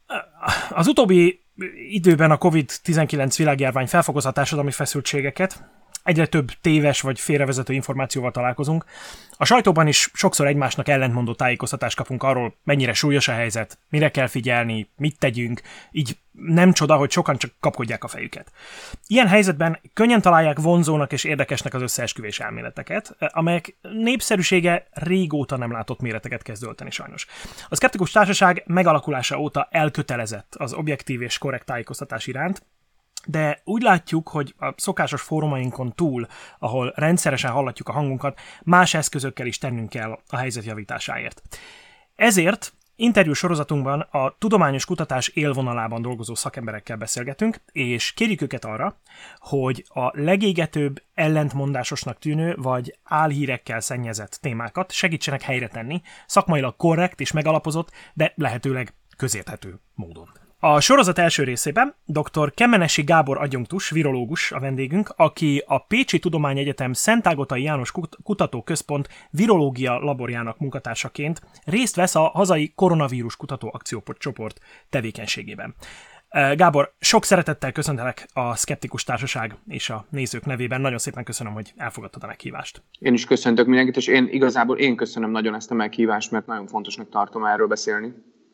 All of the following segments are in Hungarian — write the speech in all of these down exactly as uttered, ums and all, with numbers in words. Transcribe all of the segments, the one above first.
Az utóbbi időben a kovid tizenkilenc világjárvány felfokozza a társadalmi feszültségeket, egyre több téves vagy félrevezető információval találkozunk. A sajtóban is sokszor egymásnak ellentmondó tájékoztatást kapunk arról, mennyire súlyos a helyzet, mire kell figyelni, mit tegyünk, így nem csoda, hogy sokan csak kapkodják a fejüket. Ilyen helyzetben könnyen találják vonzónak és érdekesnek az összeesküvés elméleteket, amelyek népszerűsége régóta nem látott méreteket kezd ölteni sajnos. A szkeptikus társaság megalakulása óta elkötelezett az objektív és korrekt tájékoztatás iránt, de úgy látjuk, hogy a szokásos fórumainkon túl, ahol rendszeresen hallatjuk a hangunkat, más eszközökkel is tennünk kell a helyzet javításáért. Ezért interjú sorozatunkban a tudományos kutatás élvonalában dolgozó szakemberekkel beszélgetünk, és kérjük őket arra, hogy a legégetőbb, ellentmondásosnak tűnő vagy álhírekkel szennyezett témákat segítsenek helyre tenni, szakmailag korrekt és megalapozott, de lehetőleg közérthető módon. A sorozat első részében dr. Kemenesi Gábor adjunktus, virológus a vendégünk, aki a Pécsi Tudományegyetem Szentágotai János Kutatóközpont virológia laborjának munkatársaként részt vesz a hazai koronavírus kutató akciócsoport tevékenységében. Gábor, sok szeretettel köszöntelek a Szkeptikus Társaság és a nézők nevében. Nagyon szépen köszönöm, hogy elfogadtad a meghívást. Én is köszöntök mindenkit, és én igazából én köszönöm nagyon ezt a meghívást, mert nagyon fontosnak tartom erről beszélni.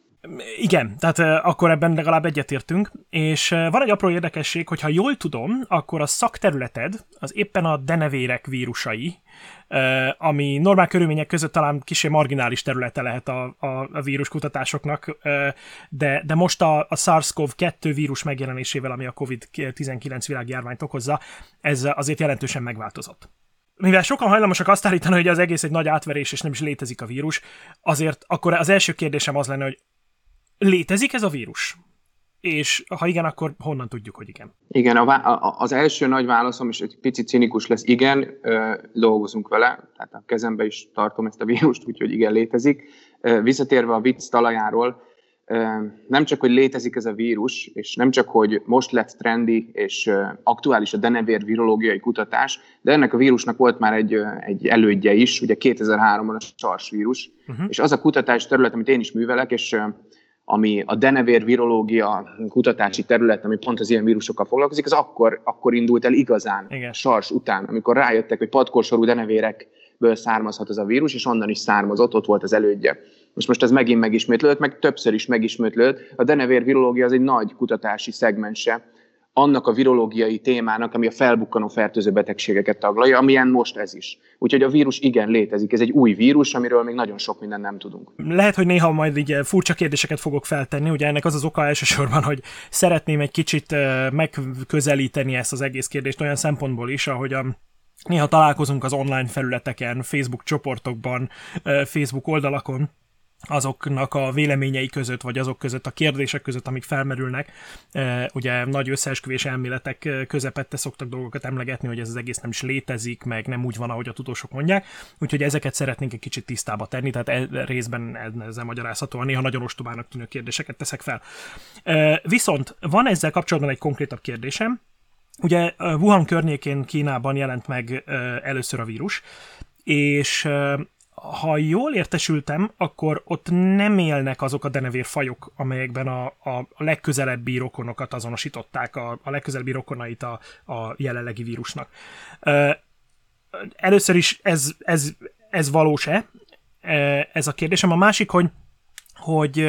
Igen, tehát uh, akkor ebben legalább egyetértünk, és uh, van egy apró érdekesség, hogy ha jól tudom, akkor a szakterületed az éppen a denevérek vírusai, uh, ami normál körülmények között talán kissé marginális területe lehet a, a, a víruskutatásoknak, uh, de, de most a, a SARS-CoV kettő vírus megjelenésével, ami a kovid tizenkilenc világjárványt okozza, ez azért jelentősen megváltozott. Mivel sokan hajlamosak azt állítani, hogy az egész egy nagy átverés, és nem is létezik a vírus, azért akkor az első kérdésem az lenne, hogy létezik ez a vírus? És ha igen, akkor honnan tudjuk, hogy igen? Igen, a, a, az első nagy válaszom is egy picit cinikus lesz. Igen, ö, dolgozunk vele, tehát a kezembe is tartom ezt a vírust, úgyhogy igen, létezik. Ö, visszatérve a vicc talajáról, ö, nem csak, hogy létezik ez a vírus, és nem csak, hogy most lett trendi és ö, aktuális a denevér virológiai kutatás, de ennek a vírusnak volt már egy, ö, egy elődje is, ugye kétezer-háromban a SARS vírus, uh-huh. és az a kutatás terület, amit én is művelek, és ö, ami a denevér virológia kutatási terület, ami pont az ilyen vírusokkal foglalkozik, az akkor, akkor indult el igazán, igen. SARS után, amikor rájöttek, hogy padkorsorú denevérekből származhat ez a vírus, és onnan is származott, ott volt az elődje. Most, most ez megint megismétlődött, meg többször is megismétlődött. A denevér virológia az egy nagy kutatási szegmense annak a virológiai témának, ami a felbukkanó fertőző betegségeket taglalja, amilyen most ez is. Úgyhogy a vírus igen létezik. Ez egy új vírus, amiről még nagyon sok mindent nem tudunk. Lehet, hogy néha majd így furcsa kérdéseket fogok feltenni, ugye ennek az az oka elsősorban, hogy szeretném egy kicsit megközelíteni ezt az egész kérdést olyan szempontból is, ahogy a néha találkozunk az online felületeken, Facebook csoportokban, Facebook oldalakon, azoknak a véleményei között, vagy azok között a kérdések között, amik felmerülnek. Ugye nagy összeesküvés elméletek közepette szoktak dolgokat emlegetni, hogy ez az egész nem is létezik, meg nem úgy van, ahogy a tudósok mondják. Úgyhogy ezeket szeretnénk egy kicsit tisztába tenni, tehát e- részben ezzel magyarázhatóan néha nagyon ostobának tűnő kérdéseket teszek fel. Viszont van ezzel kapcsolatban egy konkrétabb kérdésem. Ugye Wuhan környékén, Kínában jelent meg először a vírus, és ha jól értesültem, akkor ott nem élnek azok a denevérfajok, amelyekben a, a legközelebbi rokonokat azonosították, a, a legközelebbi rokonait a, a jelenlegi vírusnak. Először is ez, ez, ez valós-e? Ez a kérdésem. A másik, hogy, hogy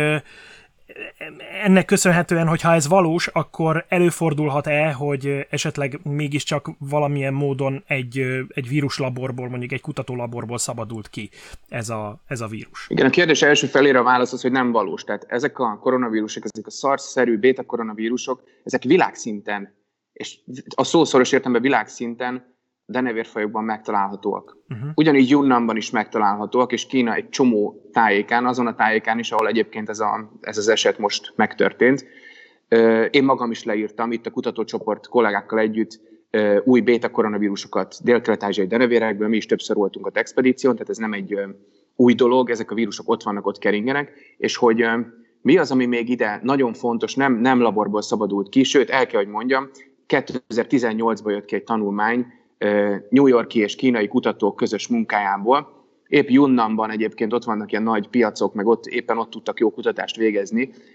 ennek köszönhetően, hogyha ez valós, akkor előfordulhat-e, hogy esetleg mégiscsak valamilyen módon egy, egy víruslaborból, mondjuk egy kutatólaborból szabadult ki ez a, ez a vírus? Igen, a kérdés első felére a válasz az, hogy nem valós. Tehát ezek a koronavírusok, ezek a SARS-szerű béta-koronavírusok, ezek világszinten, és a szószoros értelemben világszinten denevérfajokban megtalálhatóak. Uh-huh. Ugyanígy Yunnanban is megtalálhatóak, és Kína egy csomó tájékán, azon a tájékán is, ahol egyébként ez, a, ez az eset most megtörtént. Én magam is leírtam itt a kutatócsoport kollégákkal együtt új béta-koronavírusokat dél-kelet-ázsiai denevérekből, mi is többször voltunk az expedíción, tehát ez nem egy új dolog, ezek a vírusok ott vannak, ott keringenek, és hogy mi az, ami még ide nagyon fontos, nem, nem laborból szabadult ki, sőt, el kell, hogy mondjam, kétezer-tizennyolcban jött ki egy tanulmány, New York-i és kínai kutatók közös munkájából. Épp Yunnanban egyébként ott vannak ilyen nagy piacok, meg ott éppen ott tudtak jó kutatást végezni.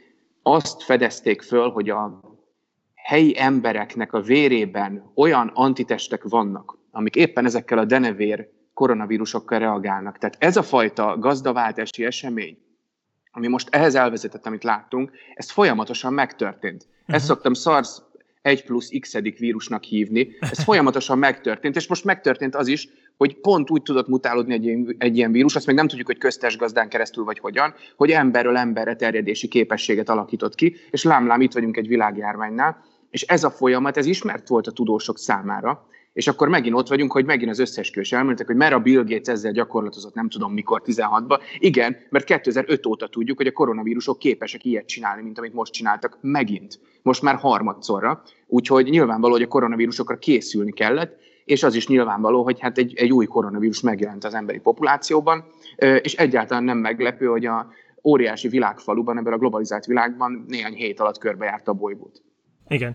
azt fedezték föl, hogy a helyi embereknek a vérében olyan antitestek vannak, amik éppen ezekkel a denevér koronavírusokkal reagálnak. Tehát ez a fajta gazdaváltási esemény, ami most ehhez elvezetett, amit láttunk, ez folyamatosan megtörtént. Uh-huh. Ezt szoktam SARS egy plusz x-edik vírusnak hívni. Ez folyamatosan megtörtént, és most megtörtént az is, hogy pont úgy tudott mutálódni egy, egy ilyen vírus, azt még nem tudjuk, hogy köztes gazdán keresztül vagy hogyan, hogy emberről emberre terjedési képességet alakított ki, és lám-lám itt vagyunk egy világjárványnál, és ez a folyamat, ez ismert volt a tudósok számára, és akkor megint ott vagyunk, hogy megint az összeesküvés elmondták, hogy mert a Bill Gates ezzel gyakorlatozott, nem tudom mikor, tizenhatban. Igen, mert kétezer-öt óta tudjuk, hogy a koronavírusok képesek ilyet csinálni, mint amit most csináltak megint. Most már harmadszorra. Úgyhogy nyilvánvaló, hogy a koronavírusokra készülni kellett, és az is nyilvánvaló, hogy hát egy, egy új koronavírus megjelent az emberi populációban, és egyáltalán nem meglepő, hogy a óriási világfaluban, ebben a globalizált világban néhány hét alatt körbejárta a bolygót. Igen.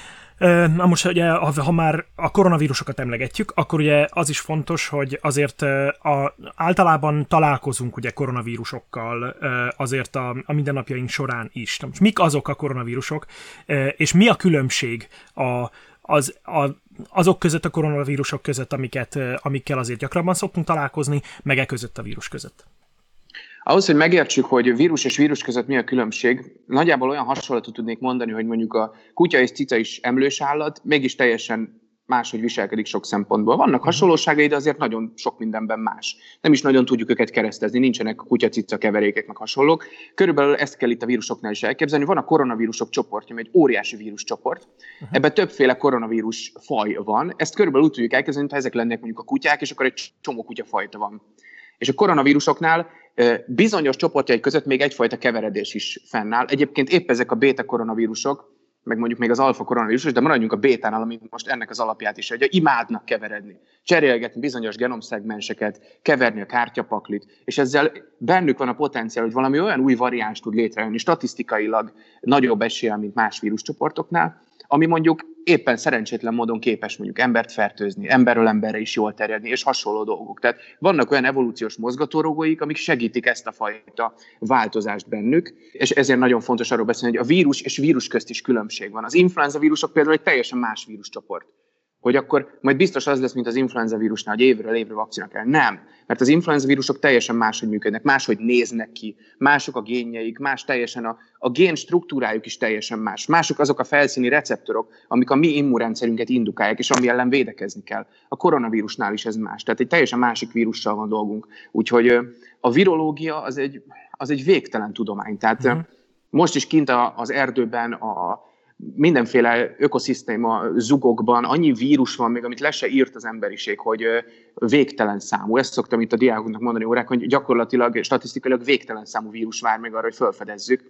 Na most ugye, ha már a koronavírusokat emlegetjük, akkor ugye az is fontos, hogy azért a, általában találkozunk ugye koronavírusokkal azért a, a mindennapjaink során is. Na most mik azok a koronavírusok, és mi a különbség a, az, a, azok között a koronavírusok között, amiket, amikkel azért gyakrabban szoktunk találkozni, meg e között a vírus között? Ahhoz, hogy megértsük, hogy vírus és vírus között mi a különbség, nagyjából olyan hasonlatot tudnék mondani, hogy mondjuk a kutya és cica is emlős állat, mégis teljesen máshogy viselkedik sok szempontból. Vannak hasonlóságai, de azért nagyon sok mindenben más. Nem is nagyon tudjuk őket keresztezni, nincsenek kutya-cica keverékek, meg hasonlók. Körülbelül ezt kell itt a vírusoknál is elképzelni. Van a koronavírusok csoportja, egy óriási víruscsoport. Ebben többféle koronavírus faj van. Ezt körülbelül úgy tudjuk elképzelni, ha ezek lennének mondjuk a kutyák, és akkor egy csomó kutyafajta van. És a koronavírusoknál bizonyos csoportjaik között még egyfajta keveredés is fennáll. Egyébként épp ezek a béta koronavírusok, meg mondjuk még az alfa koronavírus, de maradjunk a bétánál, ami most ennek az alapját is, hogy imádnak keveredni, cserélgetni bizonyos genomszegmenseket, keverni a kártyapaklit, és ezzel bennük van a potenciál, hogy valami olyan új variáns tud létrejönni, statisztikailag nagyobb eséllyel, mint más víruscsoportoknál, ami mondjuk éppen szerencsétlen módon képes mondjuk embert fertőzni, emberről emberre is jól terjedni, és hasonló dolgok. Tehát vannak olyan evolúciós mozgatórugóik, amik segítik ezt a fajta változást bennük, és ezért nagyon fontos arról beszélni, hogy a vírus és vírus közt is különbség van. Az influenza vírusok például egy teljesen más víruscsoport. Hogy akkor majd biztos az lesz, mint az influenza vírusnál, hogy évről évre vakcina kell. Nem, mert az influenza vírusok teljesen máshogy működnek, máshogy néznek ki, mások a génjeik, más teljesen a, a gén struktúrájuk is teljesen más. Mások azok a felszíni receptorok, amik a mi immunrendszerünket indukálják, és ami ellen védekezni kell. A koronavírusnál is ez más. Tehát egy teljesen másik vírussal van dolgunk. Úgyhogy a virológia az egy, az egy végtelen tudomány. Tehát mm. most is kint az erdőben a mindenféle ökoszisztéma zugokban annyi vírus van még, amit le se írt az emberiség, hogy végtelen számú. Ezt szoktam itt a diákoknak mondani órák, hogy gyakorlatilag, statisztikailag végtelen számú vírus vár még arra, hogy felfedezzük.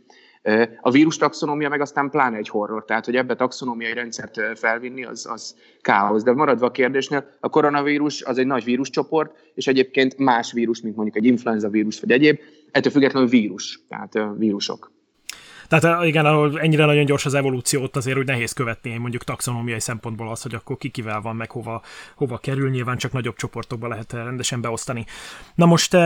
A vírus taxonómia meg aztán pláne egy horror, tehát hogy ebbe taxonómiai rendszert felvinni, az, az káosz. De maradva a kérdésnél, a koronavírus az egy nagy víruscsoport, és egyébként más vírus, mint mondjuk egy influenza vírus vagy egyéb, ettől függetlenül vírus, tehát vírusok. Tehát igen, ahol ennyire nagyon gyors az evolúció, ott azért úgy nehéz követni, mondjuk taxonómiai szempontból az, hogy akkor ki kivel van, meg hova, hova kerül, nyilván csak nagyobb csoportokba lehet rendesen beosztani. Na most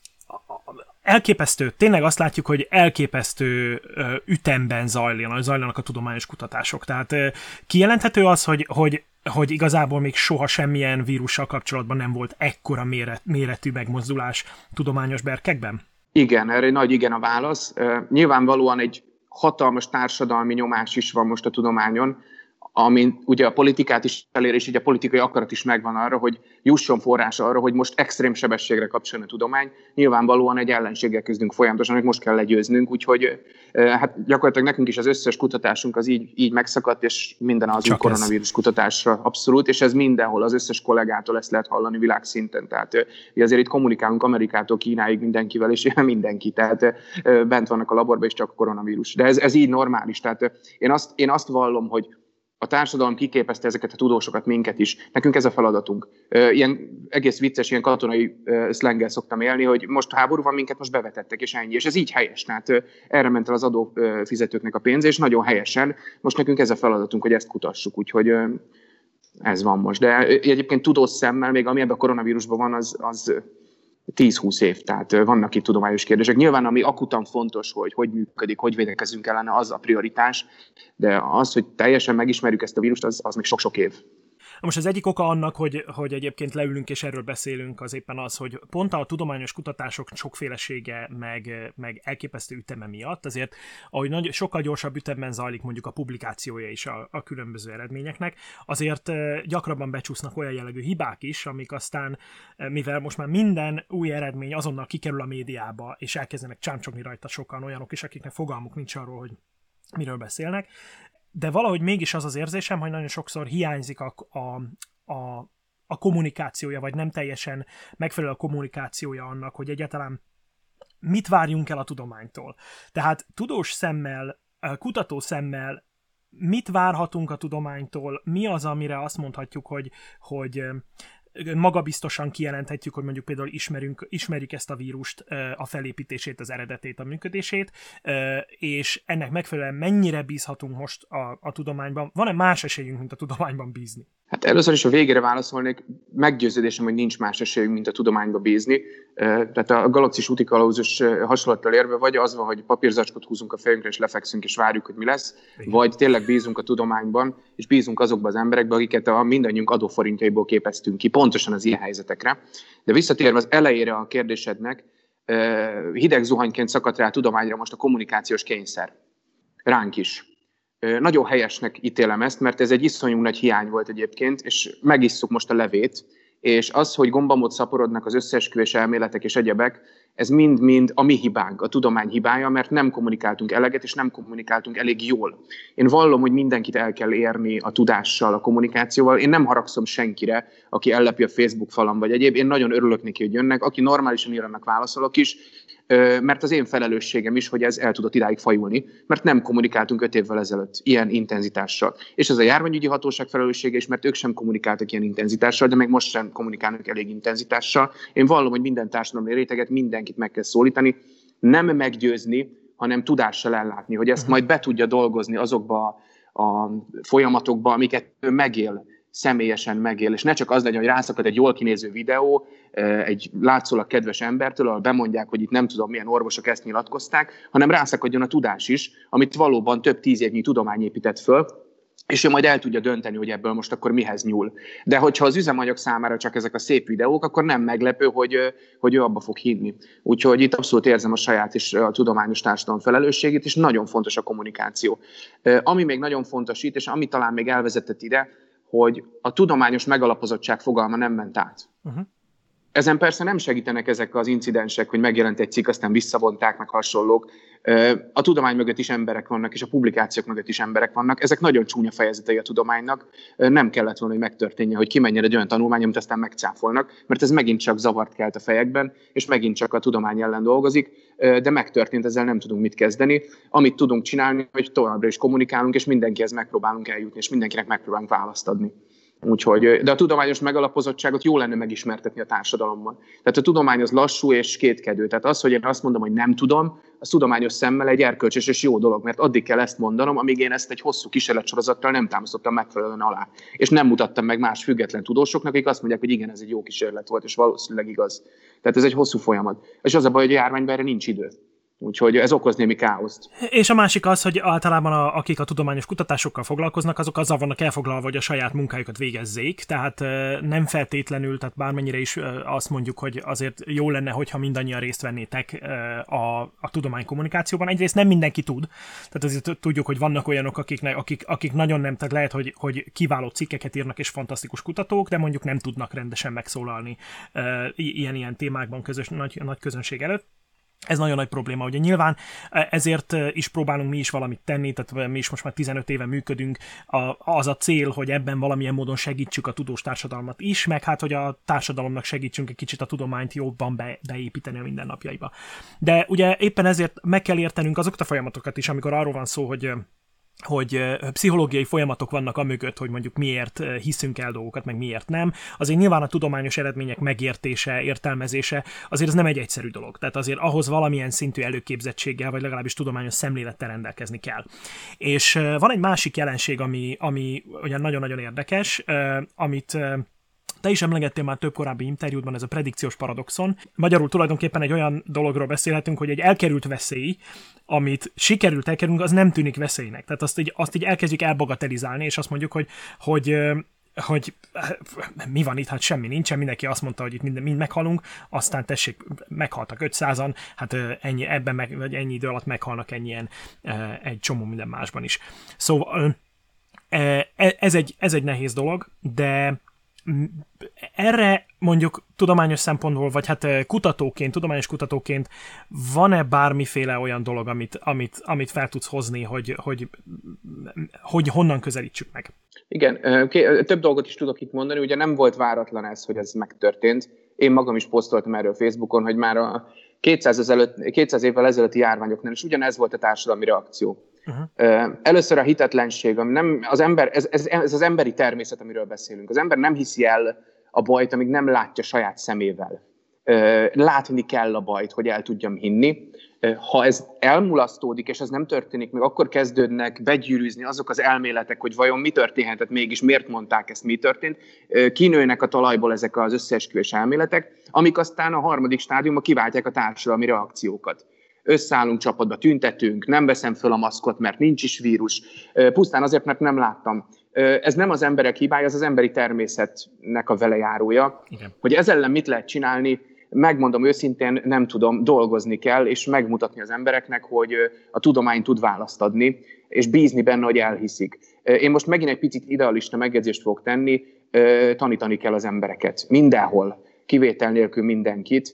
elképesztő, tényleg azt látjuk, hogy elképesztő ütemben zajlanak, zajlanak a tudományos kutatások. Tehát kijelenthető az, hogy, hogy, hogy igazából még soha semmilyen vírussal kapcsolatban nem volt ekkora méret, méretű megmozdulás tudományos berkekben? Igen, erre egy nagy igen a válasz. Nyilvánvalóan egy hatalmas társadalmi nyomás is van most a tudományon, amin ugye a politikát is elér, és így a politikai akarat is megvan arra, hogy jusson forrás arra, hogy most extrém sebességre kapcsoljon a tudomány. Nyilvánvalóan egy ellenséggel küzdünk folyamatosan, hogy most kell legyőznünk, úgyhogy hát gyakorlatilag nekünk is az összes kutatásunk az így, így megszakadt, és minden az új koronavírus kutatásra abszolút, és ez mindenhol, az összes kollégától ezt lehet hallani világszinten. Tehát azért itt kommunikálunk Amerikától Kínáig mindenkivel, és mindenki, tehát bent vannak a laborban, és csak a koronavírus. De ez, ez így normális. Tehát én azt, én azt vallom, hogy a társadalom kiképezte ezeket a tudósokat, minket is. Nekünk ez a feladatunk. Ilyen egész vicces, ilyen katonai szlenggel szoktam élni, hogy most háború van, minket most bevetettek, és ennyi. És ez így helyes. Tehát erre ment el az adófizetőknek a pénz, és nagyon helyesen. Most nekünk ez a feladatunk, hogy ezt kutassuk. Úgyhogy ez van most. De egyébként tudós szemmel, még ami ebben a koronavírusban van, az, az tíz-húsz év, tehát vannak itt tudományos kérdések. Nyilván, ami akutan fontos, hogy hogy működik, hogy védekezünk ellene, az a prioritás, de az, hogy teljesen megismerjük ezt a vírust, az, az még sok-sok év. Most az egyik oka annak, hogy, hogy egyébként leülünk és erről beszélünk, az éppen az, hogy pont a tudományos kutatások sokfélesége, meg, meg elképesztő üteme miatt, azért ahogy nagy, sokkal gyorsabb ütemben zajlik mondjuk a publikációja is a, a különböző eredményeknek, azért gyakrabban becsúsznak olyan jellegű hibák is, amik aztán, mivel most már minden új eredmény azonnal kikerül a médiába, és elkezdenek csámcsogni rajta sokan, olyanok is, akiknek fogalmuk nincs arról, hogy miről beszélnek, de valahogy mégis az az érzésem, hogy nagyon sokszor hiányzik a, a, a, a kommunikációja, vagy nem teljesen megfelelő a kommunikációja annak, hogy egyáltalán mit várjunk el a tudománytól. Tehát tudós szemmel, kutató szemmel mit várhatunk a tudománytól, mi az, amire azt mondhatjuk, hogy, hogy magabiztosan kijelenthetjük, hogy mondjuk például ismerünk, ismerjük ezt a vírust, a felépítését, az eredetét, a működését, és ennek megfelelően mennyire bízhatunk most a, a tudományban. Van-e más esélyünk, mint a tudományban bízni? Hát először is a végére válaszolnék, meggyőződésem, hogy nincs más esélyünk, mint a tudományba bízni. Tehát a galaxis útikalauzos hasonlattal érve vagy az van, hogy papírzacskot húzunk a fejünkre, és lefekszünk, és várjuk, hogy mi lesz, igen. Vagy tényleg bízunk a tudományban, és bízunk azokba az emberekbe, akiket a mindannyiunk adóforintjaiból képeztünk ki, pontosan az ilyen helyzetekre. De visszatérve az elejére a kérdésednek, hideg zuhanyként szakadt rá a tudományra most a kommunikációs kényszer. Ránk is. Nagyon helyesnek ítélem ezt, mert ez egy iszonyú nagy hiány volt egyébként, és megisszuk most a levét, és az, hogy gombamód szaporodnak az összeesküvés elméletek és egyebek, ez mind-mind a mi hibánk, a tudomány hibája, mert nem kommunikáltunk eleget, és nem kommunikáltunk elég jól. Én vallom, hogy mindenkit el kell érni a tudással, a kommunikációval. Én nem haragszom senkire, aki ellepi a Facebook falam vagy egyéb. Én nagyon örülök neki, hogy jönnek. Aki normálisan ír, annak válaszolok is, mert az én felelősségem is, hogy ez el tudott idáig fajulni, mert nem kommunikáltunk öt évvel ezelőtt ilyen intenzitással. És ez a járványügyi hatóság felelőssége is, mert ők sem kommunikáltak ilyen intenzitással, de meg most sem kommunikálnak elég intenzitással. Én vallom, hogy minden társadalmi réteget, mindenkit meg kell szólítani, nem meggyőzni, hanem tudással ellátni, hogy ezt majd be tudja dolgozni azokba a folyamatokba, amiket ő megél, személyesen megél, és ne csak az legyen, hogy rászakad egy jól kinéző videó egy látszólag kedves embertől, ahol bemondják, hogy itt nem tudom milyen orvosok ezt nyilatkozták, hanem rászakadjon a tudás is, amit valóban több tíz évnyi tudomány épített föl, és ő majd el tudja dönteni, hogy ebből most akkor mihez nyúl. De hogyha az üzemanyag számára csak ezek a szép videók, akkor nem meglepő, hogy, hogy ő abba fog hinni. Úgyhogy itt abszolút érzem a saját és a tudományos társadalom felelősségét, és nagyon fontos a kommunikáció. Ami még nagyon fontos itt, és ami talán még elvezetett ide, hogy a tudományos megalapozottság fogalma nem ment át. Uh-huh. Ezen persze nem segítenek ezek az incidensek, hogy megjelent egy cikk, aztán visszavonták, meg hasonlók. A tudomány mögött is emberek vannak, és a publikációk mögött is emberek vannak. Ezek nagyon csúnya fejezetei a tudománynak. Nem kellett volna, hogy megtörténjen, hogy kimenjen egy olyan tanulmány, amit aztán megcáfolnak, mert ez megint csak zavart kelt a fejekben, és megint csak a tudomány ellen dolgozik, de megtörtént, ezzel nem tudunk mit kezdeni. Amit tudunk csinálni, hogy továbbra is kommunikálunk, és mindenkihez megpróbálunk eljutni, és mindenkinek megpróbálunk választ adni. Úgyhogy, de a tudományos megalapozottságot jó lenne megismertetni a társadalommal. Tehát a tudomány az lassú és kétkedő. Tehát az, hogy én azt mondom, hogy nem tudom, az tudományos szemmel egy erkölcsös és jó dolog, mert addig kell ezt mondanom, amíg én ezt egy hosszú kísérletsorozattal nem támasztottam megfelelően alá. És nem mutattam meg más független tudósoknak, akik azt mondják, hogy igen, ez egy jó kísérlet volt, és valószínűleg igaz. Tehát ez egy hosszú folyamat. És az a baj, hogy a járványban erre nincs idő. Úgyhogy ez okoz némi káoszt. És a másik az, hogy általában a, akik a tudományos kutatásokkal foglalkoznak, azok azzal vannak elfoglalva, hogy a saját munkájukat végezzék, tehát nem feltétlenül, tehát bármennyire is azt mondjuk, hogy azért jó lenne, hogyha mindannyian részt vennétek a, a tudomány kommunikációban. Egyrészt nem mindenki tud, tehát azért tudjuk, hogy vannak olyanok, akiknek, akik, akik nagyon nem, tehát lehet, hogy, hogy kiváló cikkeket írnak és fantasztikus kutatók, de mondjuk nem tudnak rendesen megszólalni ilyen-ilyen témákban közös, nagy, nagy közönség előtt. Ez nagyon nagy probléma, ugye nyilván ezért is próbálunk mi is valamit tenni, tehát mi is most már tizenöt éve működünk, az a cél, hogy ebben valamilyen módon segítsük a tudós társadalmat is, meg hát, hogy a társadalomnak segítsünk egy kicsit a tudományt jobban be, beépíteni a mindennapjaiba. De ugye éppen ezért meg kell értenünk azokat a folyamatokat is, amikor arról van szó, hogy hogy pszichológiai folyamatok vannak amögött, hogy mondjuk miért hiszünk el dolgokat, meg miért nem. Azért nyilván a tudományos eredmények megértése, értelmezése, azért ez nem egy egyszerű dolog. Tehát azért ahhoz valamilyen szintű előképzettséggel, vagy legalábbis tudományos szemlélettel rendelkezni kell. És van egy másik jelenség, ami, ami ugye nagyon-nagyon érdekes, amit Te is emlegettél már több korábbi interjútban, ez a predikciós paradoxon. Magyarul tulajdonképpen egy olyan dologról beszélhetünk, hogy egy elkerült veszély, amit sikerült elkerülnünk, az nem tűnik veszélynek. Tehát azt így, azt így elkezdjük elbagatelizálni, és azt mondjuk, hogy, hogy hogy mi van itt, hát semmi nincsen, mindenki azt mondta, hogy itt mind, mind meghalunk, aztán tessék, meghaltak ötszázan, hát ennyi, ebben meg, vagy ennyi idő alatt meghalnak ennyien egy csomó minden másban is. Szóval ez egy, ez egy nehéz dolog, de erre mondjuk tudományos szempontból, vagy hát kutatóként, tudományos kutatóként van-e bármiféle olyan dolog, amit, amit, amit fel tudsz hozni, hogy, hogy, hogy honnan közelítsük meg? Igen, több dolgot is tudok itt mondani, ugye nem volt váratlan ez, hogy ez megtörtént. Én magam is posztoltam erről Facebookon, hogy már a kétszáz évvel ezelőtti járványoknál is ugyanez volt a társadalmi reakció. Uh-huh. Először a hitetlenség, ami nem, az ember, ez, ez, ez az emberi természet, amiről beszélünk. Az ember nem hiszi el a bajt, amíg nem látja saját szemével. Látni kell a bajt, hogy el tudjam hinni. Ha ez elmulasztódik, és ez nem történik meg, akkor kezdődnek begyűrűzni azok az elméletek, hogy vajon mi történhetett mégis, miért mondták ezt, mi történt. Kinőnek a talajból ezek az összeesküvés elméletek, amik aztán a harmadik stádiumban kiváltják a társadalmi reakciókat. Összeállunk csapatba, tüntetünk, nem veszem föl a maszkot, mert nincs is vírus, pusztán azért, mert nem láttam. Ez nem az emberek hibája, ez az emberi természetnek a velejárója. Igen. Hogy ezzel ellen mit lehet csinálni, megmondom őszintén, nem tudom, dolgozni kell, és megmutatni az embereknek, hogy a tudomány tud választ adni, és bízni benne, hogy elhiszik. Én most megint egy picit idealista megjegyzést fogok tenni, tanítani kell az embereket. Mindenhol, kivétel nélkül mindenkit.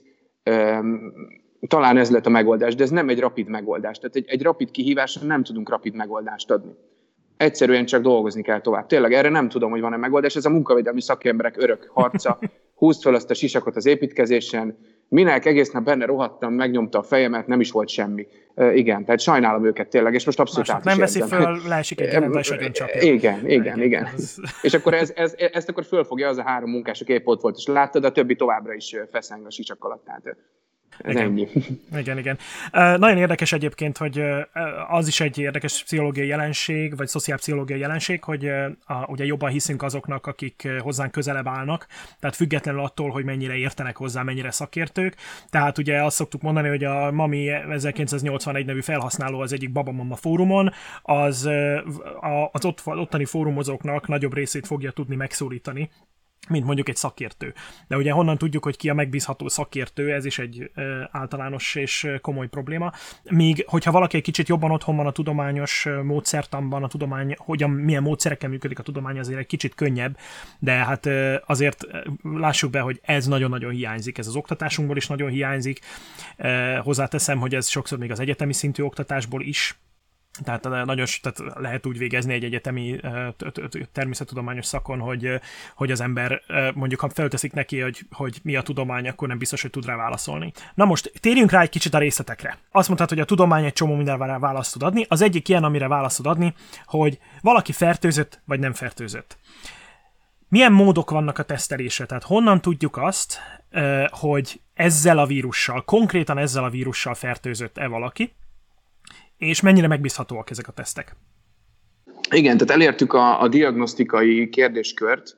Talán ez lett a megoldás, de ez nem egy rapid megoldás. Tehát egy, egy rapid kihívásra nem tudunk rapid megoldást adni. Egyszerűen csak dolgozni kell tovább. Tényleg erre nem tudom, hogy van-e megoldás. Ez a munkavédelmi szakemberek örök harca. Húzd fel azt a sisakot az építkezésen. Minek egész nap benne rohadtam, megnyomta a fejemet, nem is volt semmi. E, igen, tehát sajnálom őket tényleg, és most abszolút át is nem veszi érzem. föl, leesik egy jelenben, és agyon csapja. Igen, igen, igen. És akkor ez, ez, ezt akkor fölfogja az a három munkás, aki épp ott volt, és láttad, a többi továbbra is feszeng a sisak alatt. Tehát ez igen. ennyi. Igen, igen. Uh, nagyon érdekes egyébként, hogy uh, az is egy érdekes pszichológiai jelenség, vagy szociálpszichológiai jelenség, hogy uh, a, ugye jobban hiszünk azoknak, akik uh, hozzánk közelebb állnak, tehát függetlenül attól, hogy mennyire értenek hozzá, mennyire szakértők. Tehát ugye azt szoktuk mondani, hogy a Mami ezerkilencszáznyolcvanegy nevű felhasználó az egyik Babamama fórumon, az, uh, az ott, ottani fórumozóknak nagyobb részét fogja tudni megszólítani, mint mondjuk egy szakértő. De ugye honnan tudjuk, hogy ki a megbízható szakértő, ez is egy ö, általános és komoly probléma. Míg, hogyha valaki egy kicsit jobban otthon van a tudományos módszertanban, a tudomány, hogyan, milyen módszerekkel működik a tudomány, azért egy kicsit könnyebb, de hát ö, azért lássuk be, hogy ez nagyon-nagyon hiányzik, ez az oktatásunkból is nagyon hiányzik. Ö, hozzáteszem, hogy ez sokszor még az egyetemi szintű oktatásból is. Tehát, nagyon, tehát lehet úgy végezni egy egyetemi természettudományos szakon, hogy, hogy az ember mondjuk, ha felteszik neki, hogy, hogy mi a tudomány, akkor nem biztos, hogy tud rá válaszolni. Na most térjünk rá egy kicsit a részletekre. Azt mondtad, hogy a tudomány egy csomó mindenre választ tud adni. Az egyik ilyen, amire választ tud adni, hogy valaki fertőzött, vagy nem fertőzött. Milyen módok vannak a tesztelésre? Tehát honnan tudjuk azt, hogy ezzel a vírussal, konkrétan ezzel a vírussal fertőzött-e valaki, és mennyire megbízhatóak ezek a tesztek? Igen, tehát elértük a, a diagnosztikai kérdéskört.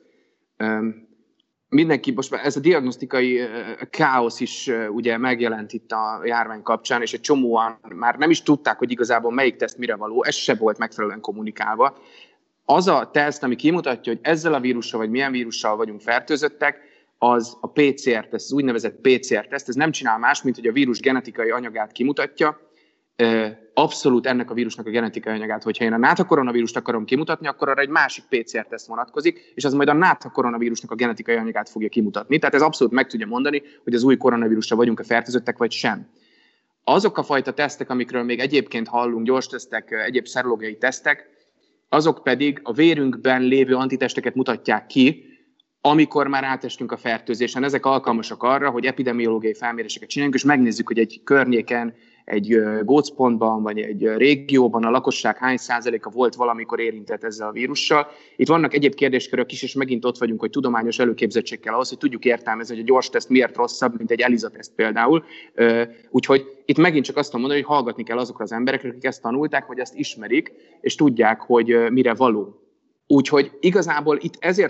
Mindenki, most már ez a diagnosztikai káosz is ugye megjelent itt a járvány kapcsán, és egy csomóan már nem is tudták, hogy igazából melyik teszt mire való, ez se volt megfelelően kommunikálva. Az a teszt, ami kimutatja, hogy ezzel a vírussal, vagy milyen vírussal vagyunk fertőzöttek, az a pé cé er teszt, az úgynevezett pé cé er teszt. Ez nem csinál más, mint hogy a vírus genetikai anyagát kimutatja. Abszolút ennek a vírusnak a genetikai anyagát, hogyha én a nátha koronavírust akarom kimutatni, akkor arra egy másik pé cé er teszt vonatkozik, és az majd a nátha koronavírusnak a genetikai anyagát fogja kimutatni. Tehát ez abszolút meg tudja mondani, hogy az új koronavírusra vagyunk-e fertőzöttek, vagy sem. Azok a fajta tesztek, amikről még egyébként hallunk, gyors tesztek, egyéb szerológiai tesztek, azok pedig a vérünkben lévő antitesteket mutatják ki, amikor már átestünk a fertőzésen. Ezek alkalmasak arra, hogy epidemiológiai felméréseket csináljunk, és megnézzük, hogy egy környéken, egy gócpontban, vagy egy régióban a lakosság hány százaléka volt valamikor érintett ezzel a vírussal. Itt vannak egyéb kérdéskörök is, és megint ott vagyunk, hogy tudományos előképzettség kell ahhoz, hogy tudjuk értelmezni, hogy a gyors teszt miért rosszabb, mint egy ELISA teszt például. Úgyhogy itt megint csak azt mondani, hogy hallgatni kell azokra az emberekre, akik ezt tanulták, vagy ezt ismerik, és tudják, hogy mire való. Úgyhogy igazából itt ezért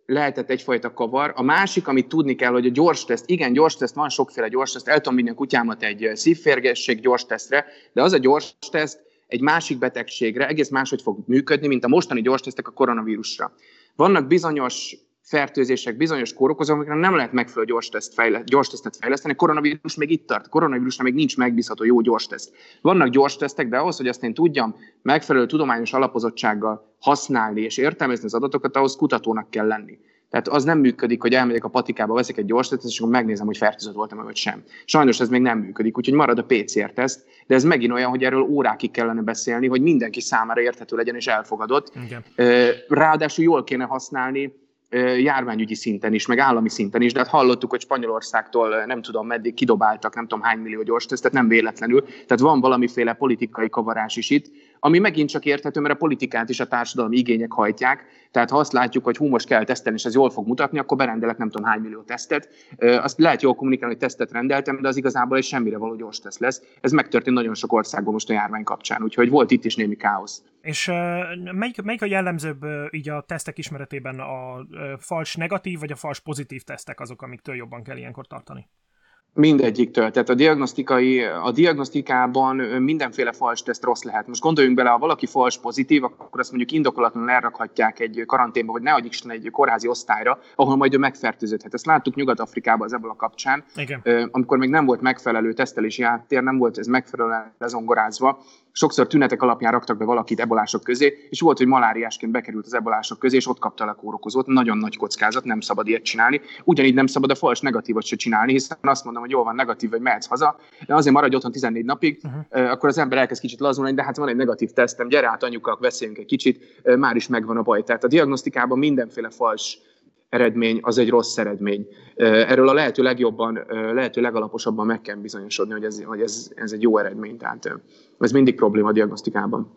lehetett egyfajta kavar. A másik, amit tudni kell, hogy a gyors teszt, igen, gyors teszt, van sokféle gyors teszt, el tudom vinni a kutyámat egy szívférgesség gyors tesztre, de az a gyors teszt egy másik betegségre egész máshogy fog működni, mint a mostani gyors tesztek a koronavírusra. Vannak bizonyos fertőzések, bizonyos kórokozók, amikre nem lehet megfelelő gyors, teszt fejle- gyors tesztet fejleszteni. A koronavírus még itt tart. A koronavírusra még nincs megbízható jó gyors teszt. Vannak gyors tesztek, de ahhoz, hogy azt én tudjam megfelelő tudományos alapozottsággal használni és értelmezni az adatokat, ahhoz kutatónak kell lenni. Tehát az nem működik, hogy elmegyek a patikába, veszek egy gyors tesztet, és akkor megnézem, hogy fertőzött voltam, vagy sem. Sajnos ez még nem működik, úgyhogy marad a pé cé er teszt, de ez megint olyan, hogy erről órákig kellene beszélni, hogy mindenki számára érthető legyen és elfogadott. Igen. Ráadásul jól kéne használni járványügyi szinten is, meg állami szinten is, de hát hallottuk, hogy Spanyolországtól nem tudom meddig kidobáltak nem tudom hány millió gyors tesztet, nem véletlenül. Tehát van valamiféle politikai kavarás is itt, ami megint csak érthető, mert a politikát is a társadalmi igények hajtják. Tehát ha azt látjuk, hogy hú, most kell tesztelni, és ez jól fog mutatni, akkor berendelek nem tudom hány millió tesztet. Azt lehet jól kommunikálni, hogy tesztet rendeltem, de az igazából egy semmire való gyors teszt lesz. Ez megtörtént nagyon sok országban most a járvány kapcsán, úgyhogy volt itt is némi káosz. És uh, melyik, melyik a jellemzőbb uh, így a tesztek ismeretében, a uh, fals negatív vagy a fals pozitív tesztek azok, amiktől jobban kell ilyenkor tartani? Mindegyiktől. Tehát a, diagnosztikai, a diagnosztikában mindenféle fals teszt rossz lehet. Most gondoljunk bele, ha valaki fals pozitív, akkor azt mondjuk indokolatlanul elrakhatják egy karanténba, vagy ne adjuk Isten egy kórházi osztályra, ahol majd ő megfertőződhet. Ezt láttuk Nyugat-Afrikában az ebola kapcsán, igen. Amikor még nem volt megfelelő tesztelési háttér, nem volt ez megfelelően lezongorázva. Sokszor tünetek alapján raktak be valakit ebolások közé, és volt, hogy maláriásként bekerült az ebolások közé, és ott kapta le a kórokozót. Nagyon nagy kockázat, nem szabad ilyet csinálni. Ugyanígy nem szabad a fals negatívot se csinálni, hiszen azt mondom, hogy jól van, negatív, vagy mehetsz haza, de azért maradj otthon tizennégy napig, uh-huh. akkor az ember elkezd kicsit lazulni, de hát van egy negatív tesztem, gyere át anyukák, beszéljünk egy kicsit, már is megvan a baj. Tehát a diagnosztikában mindenféle fals eredmény az egy rossz eredmény. Erről a lehető legjobban, lehető legalaposabban meg kell bizonyosodni, hogy ez, hogy ez, ez egy jó eredmény. Tehát ez mindig probléma a diagnosztikában.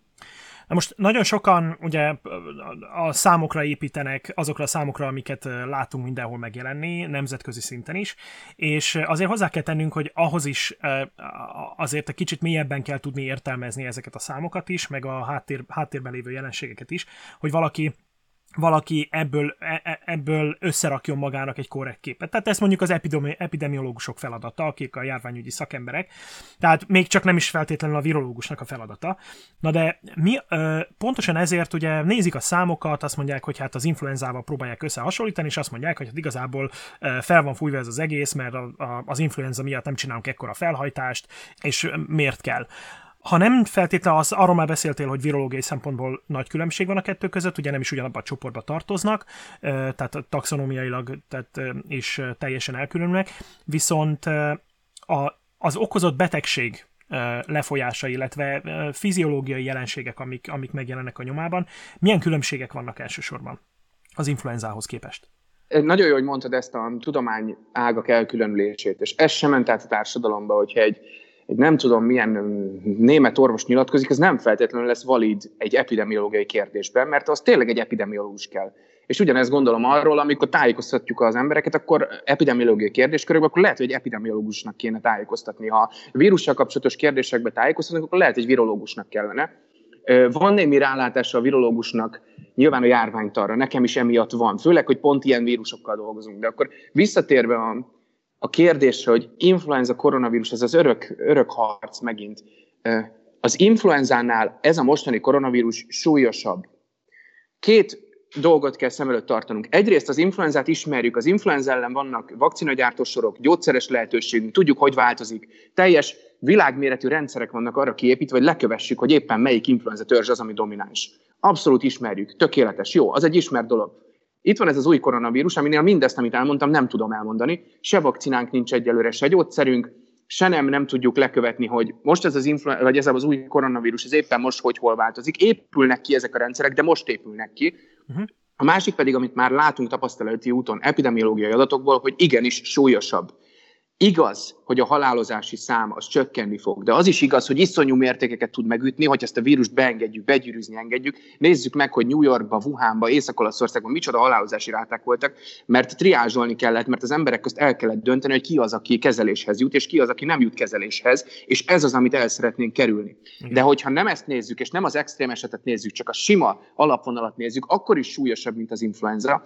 Na most nagyon sokan ugye a számokra építenek, azokra a számokra, amiket látunk mindenhol megjelenni, nemzetközi szinten is, és azért hozzá kell tennünk, hogy ahhoz is azért egy kicsit mélyebben kell tudni értelmezni ezeket a számokat is, meg a háttér, háttérben lévő jelenségeket is, hogy valaki valaki ebből, ebből összerakjon magának egy korrekt képet. Tehát ez mondjuk az epidemi, epidemiológusok feladata, akik a járványügyi szakemberek, tehát még csak nem is feltétlenül a virológusnak a feladata. Na de mi pontosan ezért ugye nézik a számokat, azt mondják, hogy hát az influenzával próbálják összehasonlítani, és azt mondják, hogy hát igazából fel van fújva ez az egész, mert az influenza miatt nem csinálunk ekkora felhajtást, és miért kell. Ha nem feltétlenül, az, arról már beszéltél, hogy virológiai szempontból nagy különbség van a kettő között, ugye nem is ugyanabban a csoportba tartoznak, tehát taxonómiailag tehát, és teljesen elkülönülnek, viszont a, az okozott betegség lefolyása, illetve fiziológiai jelenségek, amik, amik megjelennek a nyomában, milyen különbségek vannak elsősorban az influenzához képest? Nagyon jó, hogy mondtad ezt a tudomány ágak elkülönülését, és ez sem ment át a társadalomba, hogyha egy egy nem tudom milyen német orvos nyilatkozik, ez nem feltétlenül lesz valid egy epidemiológiai kérdésben, mert az tényleg egy epidemiológus kell. És ugyanezt gondolom arról, amikor tájékoztatjuk az embereket, akkor epidemiológiai kérdéskörökben, akkor lehet, hogy egy epidemiológusnak kéne tájékoztatni. Ha vírussal kapcsolatos kérdésekben tájékoztatnak, akkor lehet, hogy virológusnak kellene. Van némi rálátása a virológusnak nyilván a járványtarra, nekem is emiatt van, főleg, hogy pont ilyen vírusokkal dolgozunk. De akkor visszatérve a A kérdésre, hogy influenza, koronavírus, ez az örök, örök harc megint. Az influenzánál ez a mostani koronavírus súlyosabb. Két dolgot kell szem előtt tartanunk. Egyrészt az influenzát ismerjük, az influenza ellen vannak vakcinagyártósorok, gyógyszeres lehetőségünk, tudjuk, hogy változik. Teljes világméretű rendszerek vannak arra kiépítve, hogy lekövessük, hogy éppen melyik influenza törzs az, ami domináns. Abszolút ismerjük, tökéletes, jó, az egy ismert dolog. Itt van ez az új koronavírus, aminél mindezt, amit elmondtam, nem tudom elmondani. Se vakcinánk nincs egyelőre, se gyógyszerünk, se nem, nem tudjuk lekövetni, hogy most ez az, influ- vagy ez az új koronavírus, ez éppen most hogy hol változik. Épülnek ki ezek a rendszerek, de most épülnek ki. Uh-huh. A másik pedig, amit már látunk tapasztalati úton, epidemiológiai adatokból, hogy igenis súlyosabb. Igaz, hogy a halálozási szám az csökkenni fog, de az is igaz, hogy iszonyú mértékeket tud megütni, hogy ezt a vírust beengedjük, begyűrűzni engedjük. Nézzük meg, hogy New Yorkba, Wuhanba, Észak-Olaszországban micsoda halálozási ráták voltak, mert triázsolni kellett, mert az emberek közt el kellett dönteni, hogy ki az, aki kezeléshez jut, és ki az, aki nem jut kezeléshez, és ez az, amit el szeretnénk kerülni. De hogyha nem ezt nézzük, és nem az extrém esetet nézzük, csak a sima alapvonalat nézzük, akkor is súlyosabb, mint az influenza.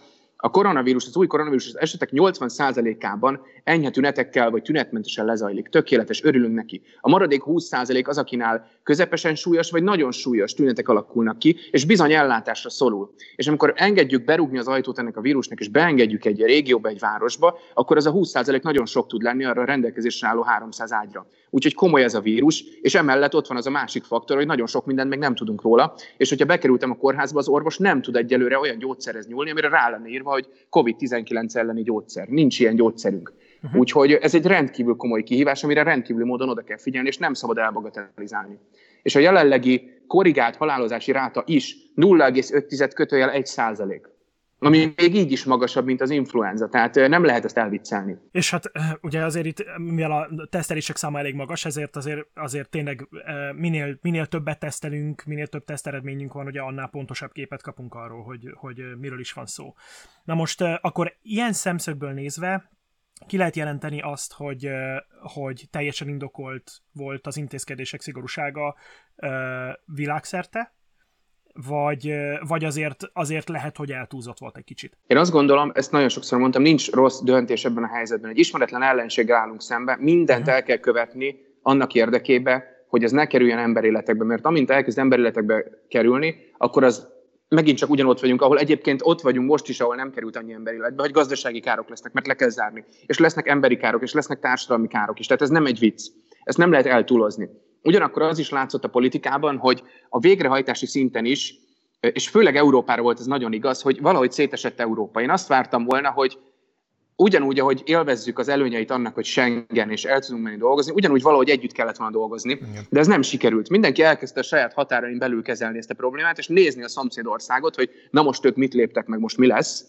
A koronavírus, az új koronavírus az esetek nyolcvan százalékában enyhe tünetekkel vagy tünetmentesen lezajlik. Tökéletes, örülünk neki. A maradék húsz százalék az, akinál közepesen súlyos vagy nagyon súlyos tünetek alakulnak ki, és bizony ellátásra szorul. És amikor engedjük berúgni az ajtót ennek a vírusnak, és beengedjük egy régióba, egy városba, akkor az a húsz százalék nagyon sok tud lenni arra a rendelkezésre álló háromszáz ágyra. Úgyhogy komoly ez a vírus, és emellett ott van az a másik faktor, hogy nagyon sok mindent még nem tudunk róla, és hogyha bekerültem a kórházba, az orvos nem tud egyelőre olyan gyógyszerhez nyúlni, amire rá lenne írva, hogy kovid tizenkilenc elleni gyógyszer. Nincs ilyen gyógyszerünk. Uh-huh. Úgyhogy ez egy rendkívül komoly kihívás, amire rendkívül módon oda kell figyelni, és nem szabad elbagatelizálni. És a jelenlegi korrigált halálozási ráta is nulla egész öt kötőjel egy százalék. Ami még így is magasabb, mint az influenza, tehát nem lehet ezt elviccelni. És hát ugye azért itt, mivel a tesztelések száma elég magas, ezért azért, azért tényleg minél, minél többet tesztelünk, minél több teszteredményünk van, ugye annál pontosabb képet kapunk arról, hogy, hogy miről is van szó. Na most akkor ilyen szemszögből nézve ki lehet jelenteni azt, hogy, hogy teljesen indokolt volt az intézkedések szigorúsága világszerte, Vagy, vagy azért, azért lehet, hogy eltúlzott volt egy kicsit? Én azt gondolom, ezt nagyon sokszor mondtam, nincs rossz döntés ebben a helyzetben. Egy ismeretlen ellenséggel állunk szembe, mindent uh-huh. el kell követni annak érdekében, hogy ez ne kerüljen emberéletekbe, mert amint elkezd emberéletekbe kerülni, akkor az megint csak ugyanott vagyunk, ahol egyébként ott vagyunk most is, ahol nem került annyi emberéletbe, hogy gazdasági károk lesznek, mert le kell zárni. És lesznek emberi károk, és lesznek társadalmi károk is. Tehát ez nem egy vicc. Ezt nem lehet eltúlozni. Ugyanakkor az is látszott a politikában, hogy a végrehajtási szinten is, és főleg Európára volt ez nagyon igaz, hogy valahogy szétesett Európa. Én azt vártam volna, hogy ugyanúgy, ahogy élvezzük az előnyeit annak, hogy Schengen és el tudunk menni dolgozni, ugyanúgy valahogy együtt kellett volna dolgozni, igen. De ez nem sikerült. Mindenki elkezdte a saját határain belül kezelni ezt a problémát, és nézni a szomszédországot, hogy na most ők mit léptek meg, most mi lesz.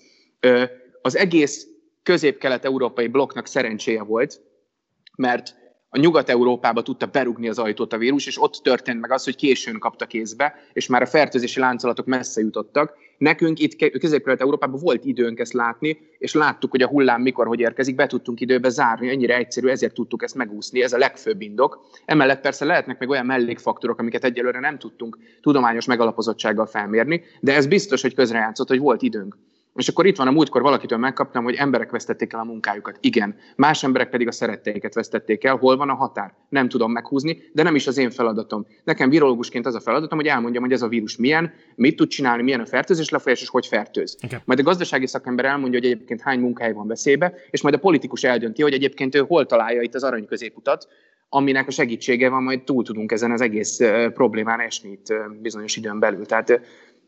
Az egész közép-kelet-európai blokknak szerencséje volt, mert a Nyugat-Európába tudta berúgni az ajtót a vírus, és ott történt meg az, hogy későn kapta kézbe, és már a fertőzési láncolatok messze jutottak. Nekünk itt Közép-Kelet-Európában volt időnk ezt látni, és láttuk, hogy a hullám mikor, hogy érkezik, be tudtunk időbe zárni, ennyire egyszerű, ezért tudtuk ezt megúszni, ez a legfőbb indok. Emellett persze lehetnek meg olyan mellékfaktorok, amiket egyelőre nem tudtunk tudományos megalapozottsággal felmérni, de ez biztos, hogy közrejátszott, hogy volt időnk. És akkor itt van a múltkor valakitől megkaptam, hogy emberek vesztették el a munkájukat. Igen, más emberek pedig a szeretteiket vesztették el. Hol van a határ? Nem tudom meghúzni, de nem is az én feladatom. Nekem virológusként az a feladatom, hogy elmondjam, hogy ez a vírus milyen, mit tud csinálni, milyen a fertőzés lefolyás, és hogy fertőz. Okay. Majd a gazdasági szakember elmondja, hogy egyébként hány munkahely van veszélybe, és majd a politikus eldönti, hogy egyébként ő hol találja itt az arany középutat, aminek a segítsége van, majd túl tudunk ezen az egész problémán esni itt bizonyos időn belül. Tehát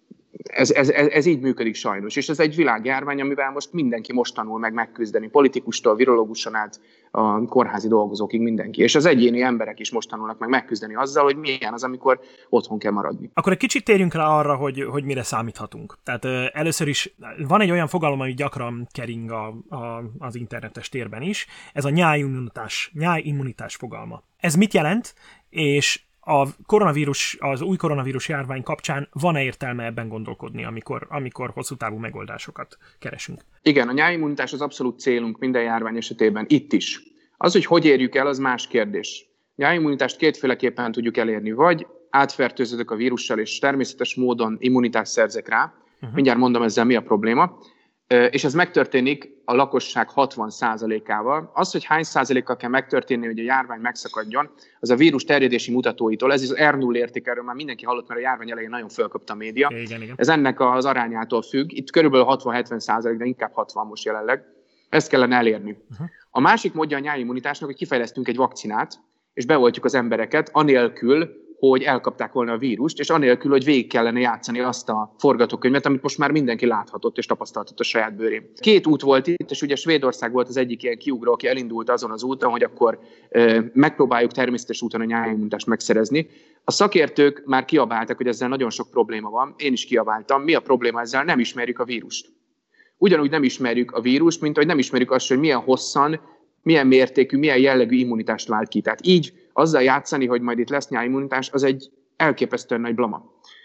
Ez, ez, ez, ez így működik sajnos, és ez egy világjárvány, amivel most mindenki most tanul meg megküzdeni, politikustól, virológuson át a kórházi dolgozókig mindenki, és az egyéni emberek is most tanulnak meg megküzdeni azzal, hogy milyen az, amikor otthon kell maradni. Akkor egy kicsit térjünk rá arra, hogy, hogy mire számíthatunk. Tehát uh, először is van egy olyan fogalom, ami gyakran kering a, a, az internetes térben is, ez a nyájimmunitás, nyájimmunitás fogalma. Ez mit jelent, és a koronavírus, az új koronavírus járvány kapcsán van-e értelme ebben gondolkodni, amikor, amikor hosszú távú megoldásokat keresünk? Igen, a nyájimmunitás az abszolút célunk minden járvány esetében, itt is. Az, hogy hogy érjük el, az más kérdés. A nyájimmunitást kétféleképpen tudjuk elérni, vagy átfertőződök a vírussal, és természetes módon immunitást szerzek rá. Uh-huh. Mindjárt mondom ezzel, mi a probléma. És ez megtörténik a lakosság hatvan százalékával. Az, hogy hány százalékkal kell megtörténni, hogy a járvány megszakadjon, az a vírus terjedési mutatóitól. Ez az er nulla érték, erről már mindenki hallott, mert a járvány elején nagyon fölkapta a média. Igen, igen. Ez ennek az arányától függ. Itt körülbelül hatvan-hetven százalék, de inkább hatvan most jelenleg. Ezt kellene elérni. Uh-huh. A másik módja a nyájimmunitásnak, hogy kifejlesztünk egy vakcinát, és beoltjuk az embereket, anélkül, hogy elkapták volna a vírust, és anélkül, hogy végig kellene játszani azt a forgatókönyvet, amit most már mindenki láthatott és tapasztaltott a saját bőrén. Két út volt itt, és ugye Svédország volt az egyik ilyen kiugró, aki elindult azon az úton, hogy akkor e, megpróbáljuk természetes úton a nyájimmunitást megszerezni. A szakértők már kiabáltak, hogy ezzel nagyon sok probléma van, én is kiabáltam. Mi a probléma ezzel? Nem ismerjük a vírust. Ugyanúgy nem ismerjük a vírust, mint hogy nem ismerjük azt, hogy milyen hosszan, milyen mértékű, milyen jellegű immunitást vált ki. Tehát így azzal játszani, hogy majd itt lesz nyájimmunitás, az egy elképesztően nagy blama.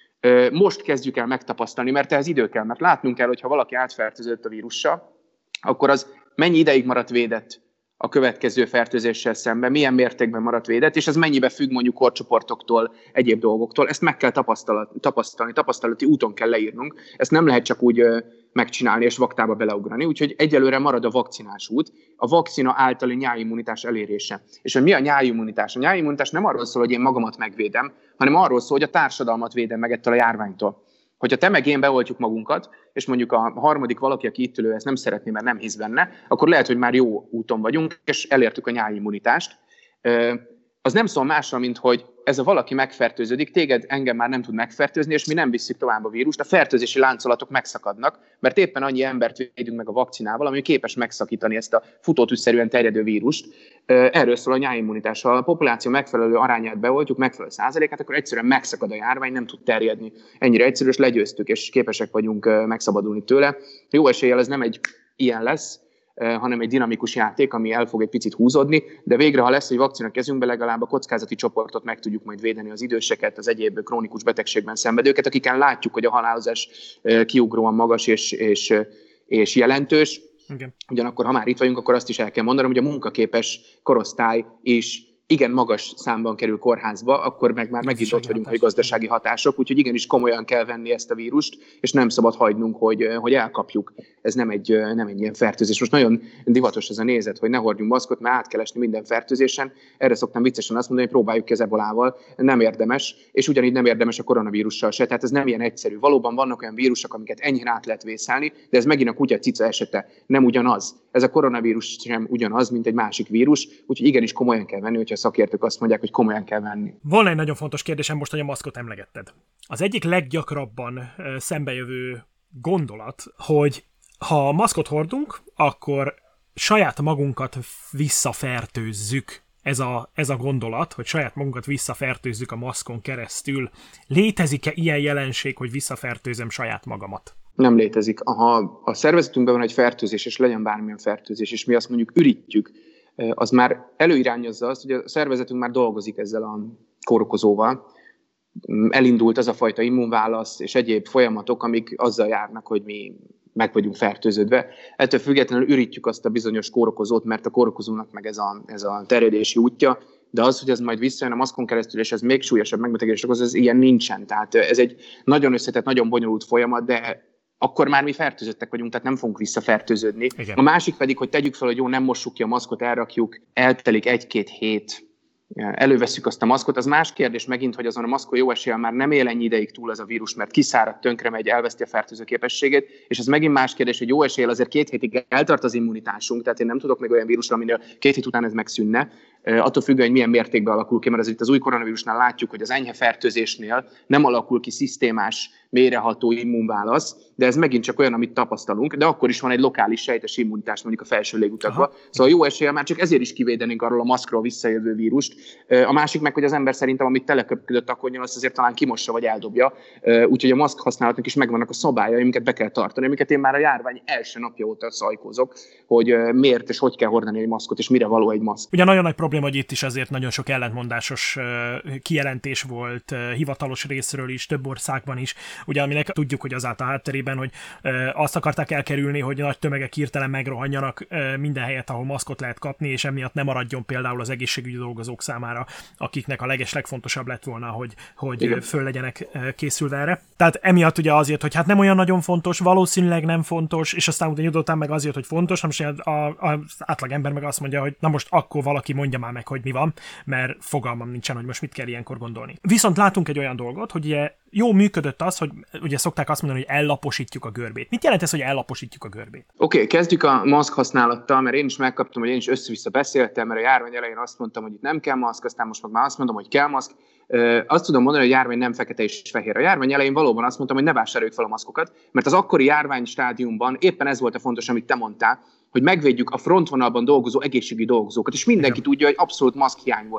Most kezdjük el megtapasztalni, mert ehhez idő kell, mert látnunk kell, hogy ha valaki átfertőzött a vírussal, akkor az mennyi ideig maradt védett a következő fertőzéssel szemben, milyen mértékben maradt védett, és ez mennyibe függ mondjuk korcsoportoktól, egyéb dolgoktól. Ezt meg kell tapasztalni, tapasztalati úton kell leírnunk. Ezt nem lehet csak úgy megcsinálni és vaktába beleugrani, úgyhogy egyelőre marad a vakcinás út, a vakcina általi nyáimmunitás elérése. És hogy mi a nyáimmunitás? A nyáimmunitás nem arról szól, hogy én magamat megvédem, hanem arról szól, hogy a társadalmat védem meg ettől a járványtól. Hogyha te meg én beoltjuk magunkat, és mondjuk a harmadik valaki, aki itt ülő, ezt nem szeretné, mert nem hisz benne, akkor lehet, hogy már jó úton vagyunk, és elértük a nyáimmunitást. Az nem szól másra, mint hogy ez a valaki megfertőződik, téged engem már nem tud megfertőzni, és mi nem visszük tovább a vírust, a fertőzési láncolatok megszakadnak, mert éppen annyi embert védünk meg a vakcinával, ami képes megszakítani ezt a futótűzszerűen terjedő vírust. Erről szól a nyáimmunitás. Ha a populáció megfelelő arányát beoltjuk, megfelelő százalékát, akkor egyszerűen megszakad a járvány, nem tud terjedni. Ennyire egyszerű, és legyőztük, és képesek vagyunk megszabadulni tőle. Jó eséllyel ez nem egy ilyen lesz, hanem egy dinamikus játék, ami el fog egy picit húzódni, de végre, ha lesz egy vakcina kezünkbe, legalább a kockázati csoportot meg tudjuk majd védeni, az időseket, az egyéb krónikus betegségben szenvedőket, akiken látjuk, hogy a halálozás kiugróan magas és, és, és jelentős. Okay. Ugyanakkor, ha már itt vagyunk, akkor azt is el kell mondanom, hogy a munkaképes korosztály is igen magas számban kerül kórházba, akkor meg már megint ott vagyunk, hogy gazdasági hatások, úgyhogy igenis komolyan kell venni ezt a vírust, és nem szabad hagynunk, hogy, hogy elkapjuk. Ez nem egy, nem egy ilyen fertőzés. Most nagyon divatos ez a nézet, hogy ne hordjunk maszkot, mert át kell esni minden fertőzésen. Erre szoktam viccesen azt mondani, hogy próbáljuk ki az ebolával. Nem érdemes, és ugyanígy nem érdemes a koronavírussal se. Tehát ez nem ilyen egyszerű. Valóban vannak olyan vírusok, amiket enyhén át lehet vészelni, de ez megint a kutya-cica esete. Nem ugyanaz. Ez a koronavírus sem ugyanaz, mint egy másik vírus, úgyhogy igenis komolyan kell venni, hogyha szakértők azt mondják, hogy komolyan kell venni. Volna egy nagyon fontos kérdésem most, hogy a maszkot emlegetted. Az egyik leggyakrabban szembejövő gondolat, hogy ha maszkot hordunk, akkor saját magunkat visszafertőzzük. Ez a, ez a gondolat, hogy saját magunkat visszafertőzzük a maszkon keresztül. Létezik-e ilyen jelenség, hogy visszafertőzöm saját magamat? Nem létezik. Ha a szervezetünkben van egy fertőzés, és legyen bármilyen fertőzés, és mi azt mondjuk ürítjük, az már előirányozza azt, hogy a szervezetünk már dolgozik ezzel a kórokozóval. Elindult az a fajta immunválasz és egyéb folyamatok, amik azzal járnak, hogy mi meg vagyunk fertőződve. Ettől függetlenül ürítjük azt a bizonyos kórokozót, mert a kórokozónak meg ez a, ez a terjedési útja, de az, hogy ez majd visszajön a maszkon keresztül, és ez még súlyosabb megbetegedést okoz, ez ilyen nincsen. Tehát ez egy nagyon összetett, nagyon bonyolult folyamat, de akkor már mi fertőzöttek vagyunk, tehát nem fogunk visszafertőződni. Igen. A másik pedig, hogy tegyük fel, hogy jó, nem mossuk ki a maszkot, elrakjuk, eltelik egy-két hét, elővesszük azt a maszkot. Az más kérdés megint, hogy azon a maszkon jó eséllyel már nem él ennyi ideig túl az a vírus, mert kiszárad, tönkre megy, elveszti a fertőző képességét, és ez megint más kérdés, hogy jó eséllyel azért két hétig eltart az immunitásunk, tehát én nem tudok még olyan vírusra, aminél két hét után ez megszűnne. Attól függően, hogy milyen mértékben alakul ki, mert az itt az új koronavírusnál látjuk, hogy az enyhe fertőzésnél nem alakul ki szisztémás, mélyreható immunválasz, de ez megint csak olyan, amit tapasztalunk, de akkor is van egy lokális sejtes immunitás mondjuk a felső légutakban. Szóval jó eséllyel már csak ezért is kivédenénk arról a maszkról visszajövő vírust. A másik meg, hogy az ember szerintem, amit teleköpködött akkor, azt azért talán kimossa vagy eldobja. Úgyhogy a maszk használatnak is megvannak a szabályai, amiket be kell tartani, amiket én már a járvány első napja óta szajkózok, hogy miért és hogy kell hordani egy maszkot, és mire való egy maszk. Ugye nagyon nagy probléma, hogy itt is azért nagyon sok ellentmondásos kijelentés volt hivatalos részről is, több országban is. Ugye aminek tudjuk, hogy az állt a hátterében, hogy azt akarták elkerülni, hogy nagy tömegek hirtelen megrohanjanak minden helyet, ahol maszkot lehet kapni, és emiatt nem maradjon például az egészségügyi dolgozók számára, akiknek a leges legfontosabb lett volna, hogy, hogy föl legyenek készülve erre. Tehát emiatt ugye azért, hogy hát nem olyan nagyon fontos, valószínűleg nem fontos, és aztán utána után meg azért, hogy fontos, most az átlag ember meg azt mondja, hogy na most akkor valaki mondja már meg, hogy mi van, mert fogalmam nincsen, hogy most mit kell ilyenkor gondolni. Viszont látunk egy olyan dolgot, hogy ugye jó működött az, hogy ugye szokták azt mondani, hogy ellaposítjuk a görbét. Mit jelent ez, hogy ellaposítjuk a görbét? Oké, okay, kezdjük a maszk használattal, mert én is megkaptam, hogy én is össze-vissza beszéltem, mert a járvány elején azt mondtam, hogy itt nem kell maszk, aztán most meg már azt mondom, hogy kell maszk. Azt tudom mondani, hogy a járvány nem fekete és fehér. A járvány elején valóban azt mondtam, hogy ne vásároljuk fel a maszkokat, mert az akkori járvány stádiumban éppen ez volt a fontos, amit te mondtál, hogy megvédjük a frontvonalban dolgozó egészségügyi dolgozókat, és mindenki Igen. tudja, hogy abszolút maszkhiány volt.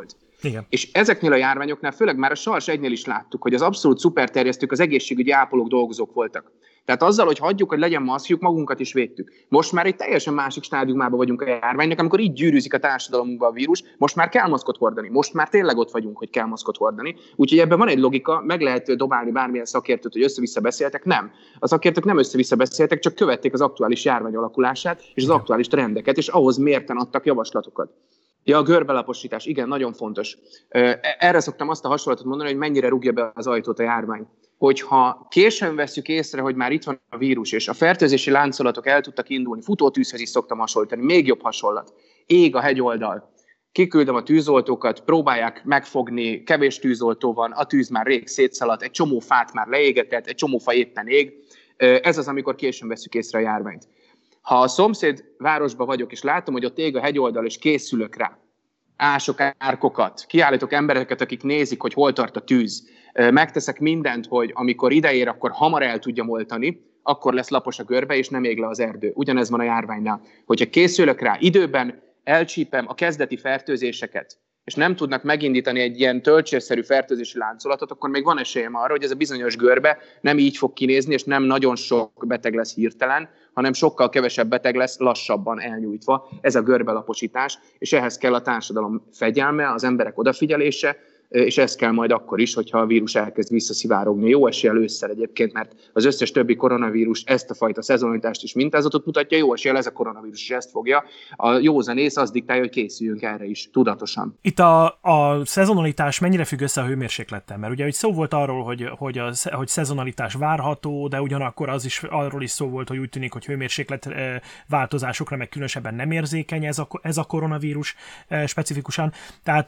Igen. És ezeknél a járványoknál, főleg már a SARS egynél is láttuk, hogy az abszolút szuperterjesztők az egészségügyi ápolók, dolgozók voltak. Tehát azzal, hogy hagyjuk, hogy legyen maszkjuk, magunkat is védtük. Most már egy teljesen másik stádiumában vagyunk a járványnak, amikor így gyűrűzik a társadalmunkba a vírus, most már kell maszkot hordani. Most már tényleg ott vagyunk, hogy kell maszkot hordani. Úgyhogy ebben van egy logika, meg lehet dobálni bármilyen szakértőt, hogy össze-vissza beszéltek. Nem. A szakértők nem össze-vissza beszéltek, csak követték az aktuális járvány alakulását és az aktuális trendeket, és ahhoz mérten adtak javaslatokat. Ja, a görbelaposítás, igen, nagyon fontos. Erre szoktam azt a hasonlatot mondani, hogy mennyire rúgja be az ajtót a járvány. Hogyha későn vesszük észre, hogy már itt van a vírus, és a fertőzési láncolatok el tudtak indulni, futótűzhöz is szoktam hasonlítani, még jobb hasonlat. Ég a hegyoldal. Kiküldöm a tűzoltókat, próbálják megfogni, kevés tűzoltó van, a tűz már rég szétszaladt, egy csomó fát már leégetett, egy csomó fa éppen ég. Ez az, amikor későn vesszük észre a járványt. Ha a szomszéd városban vagyok, és látom, hogy ott ég a hegyoldal, és készülök rá, ások árkokat, kiállítok embereket, akik nézik, hogy hol tart a tűz, megteszek mindent, hogy amikor ideér, akkor hamar el tudjam oltani, akkor lesz lapos a görbe, és nem ég le az erdő. Ugyanez van a járványnál. Hogyha készülök rá időben, elcsípem a kezdeti fertőzéseket, és nem tudnak megindítani egy ilyen töltsérszerű fertőzési láncolatot, akkor még van esélyem arra, hogy ez a bizonyos görbe nem így fog kinézni, és nem nagyon sok beteg lesz hirtelen, hanem sokkal kevesebb beteg lesz lassabban elnyújtva. Ez a görbelaposítás, és ehhez kell a társadalom fegyelme, az emberek odafigyelése, és ez kell majd akkor is, hogyha a vírus elkezd visszaszivárogni. Jó eséllyel ősszel egyébként, mert az összes többi koronavírus ezt a fajta szezonalitást és mintázatot mutatja, jó eséllyel ez a koronavírus is ezt fogja. A józanész az diktálja, hogy készüljünk erre is, tudatosan. Itt a, a szezonalitás mennyire függ össze a hőmérséklettel? Mert ugye hogy szó volt arról, hogy, hogy, a, hogy szezonalitás várható, de ugyanakkor az is, arról is szó volt, hogy úgy tűnik, hogy hőmérséklet változásokra meg különösebben nem érzékeny ez a, ez a koronavírus specifikusan. Tehát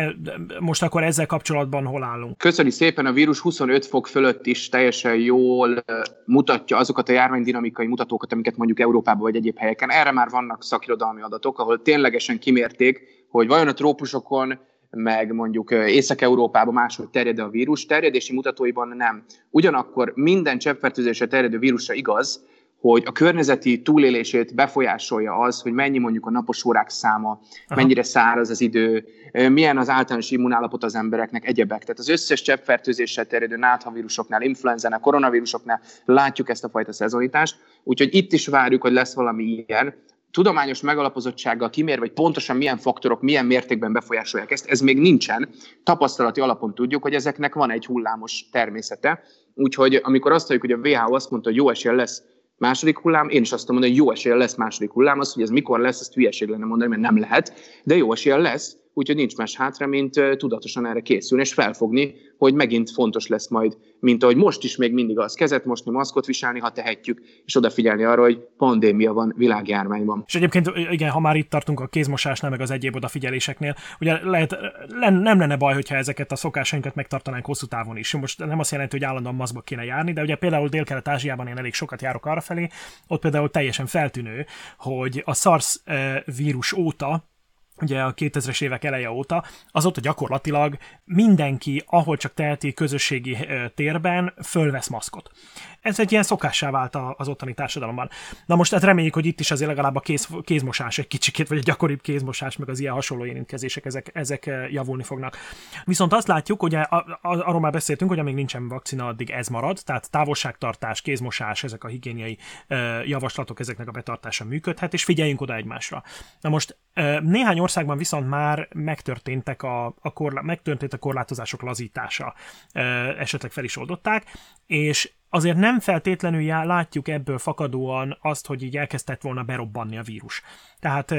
most akkor ezzel kapcsolatban hol állunk? Köszönjük szépen, a vírus huszonöt fok fölött is teljesen jól mutatja azokat a járványdinamikai mutatókat, amiket mondjuk Európában vagy egyéb helyeken. Erre már vannak szakirodalmi adatok, ahol ténylegesen kimérték, hogy vajon a trópusokon, meg mondjuk Észak-Európában máshogy terjed a vírus, terjedési mutatóiban nem. Ugyanakkor minden cseppfertőzésre terjedő vírusra igaz, hogy a környezeti túlélését befolyásolja az, hogy mennyi mondjuk a napos órák száma, Aha. mennyire száraz az idő, milyen az általános immunállapot az embereknek, egyebek. Tehát az összes cseppfertőzéssel terjedő náthavírusoknál, influenzánál, koronavírusoknál látjuk ezt a fajta szezonitást, úgyhogy itt is várjuk, hogy lesz valami ilyen. Tudományos megalapozottsággal kimérve, hogy pontosan milyen faktorok, milyen mértékben befolyásolják ezt, ez még nincsen. Tapasztalati alapon tudjuk, hogy ezeknek van egy hullámos természete. Úgyhogy amikor azt halljuk, hogy a vé há o azt mondta, hogy jó eséllyel lesz második hullám, én is azt mondom, hogy jó eséllyel lesz második hullám, az, hogy ez mikor lesz, ezt hülyeség lenne mondani, mert nem lehet, de jó eséllyel lesz, úgyhogy nincs más hátra, mint tudatosan erre készülni, és felfogni, hogy megint fontos lesz majd, mint ahogy most is még mindig az, kezet mosni, maszkot viselni, ha tehetjük, és odafigyelni arra, hogy pandémia van, világjárvány van. És egyébként igen, ha már itt tartunk a kézmosásnál, meg az egyéb odafigyeléseknél, ugye lehet, nem lenne baj, hogyha ezeket a szokásainkat megtartanánk hosszú távon is. Most nem azt jelenti, hogy állandóan maszkba kéne járni, de ugye például Dél-Kelet-Ázsiában én elég sokat járok arrafelé, ott például teljesen feltűnő, hogy a SARS vírus óta, ugye a kétezres évek eleje óta, azóta gyakorlatilag mindenki, ahol csak teheti közösségi térben fölvesz maszkot. Ez egy ilyen szokássá vált az ottani társadalomban. Na most hát reméljük, hogy itt is azért legalább a kéz, kézmosás egy kicsikét, vagy a gyakoribb kézmosás, meg az ilyen hasonló érintkezések, ezek, ezek javulni fognak. Viszont azt látjuk, hogy arról már beszéltünk, hogy amíg nincsen vakcina, addig ez marad, tehát távolságtartás, kézmosás, ezek a higiéniai javaslatok, ezeknek a betartása működhet, és figyeljünk oda egymásra. Na most néhány országban viszont már megtörténtek a, a, korla, megtörtént a korlátozások lazítása, esetleg fel is oldották, és azért nem feltétlenül já, látjuk ebből fakadóan azt, hogy így elkezdett volna berobbanni a vírus. Tehát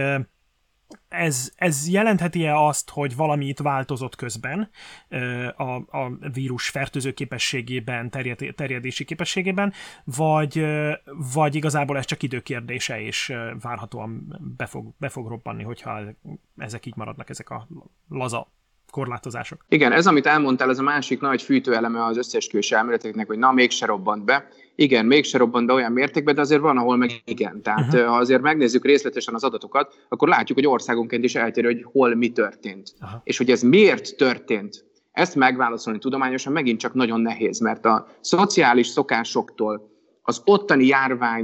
ez, ez jelentheti-e azt, hogy valami itt változott közben a, a vírus fertőző képességében, terjed, terjedési képességében, vagy, vagy igazából ez csak időkérdése, és várhatóan be fog, be fog robbanni, hogyha ezek így maradnak, ezek a laza korlátozások. Igen, ez, amit elmondtál, ez a másik nagy fűtőeleme az összeesküvés elméleteknek, hogy na, mégse robbant be. Igen, mégse robbant be olyan mértékben, de azért van, ahol meg igen. Tehát uh-huh. ha azért megnézzük részletesen az adatokat, akkor látjuk, hogy országonként is eltérő, hogy hol mi történt. Uh-huh. És hogy ez miért történt, ezt megválaszolni tudományosan megint csak nagyon nehéz, mert a szociális szokásoktól az ottani járvány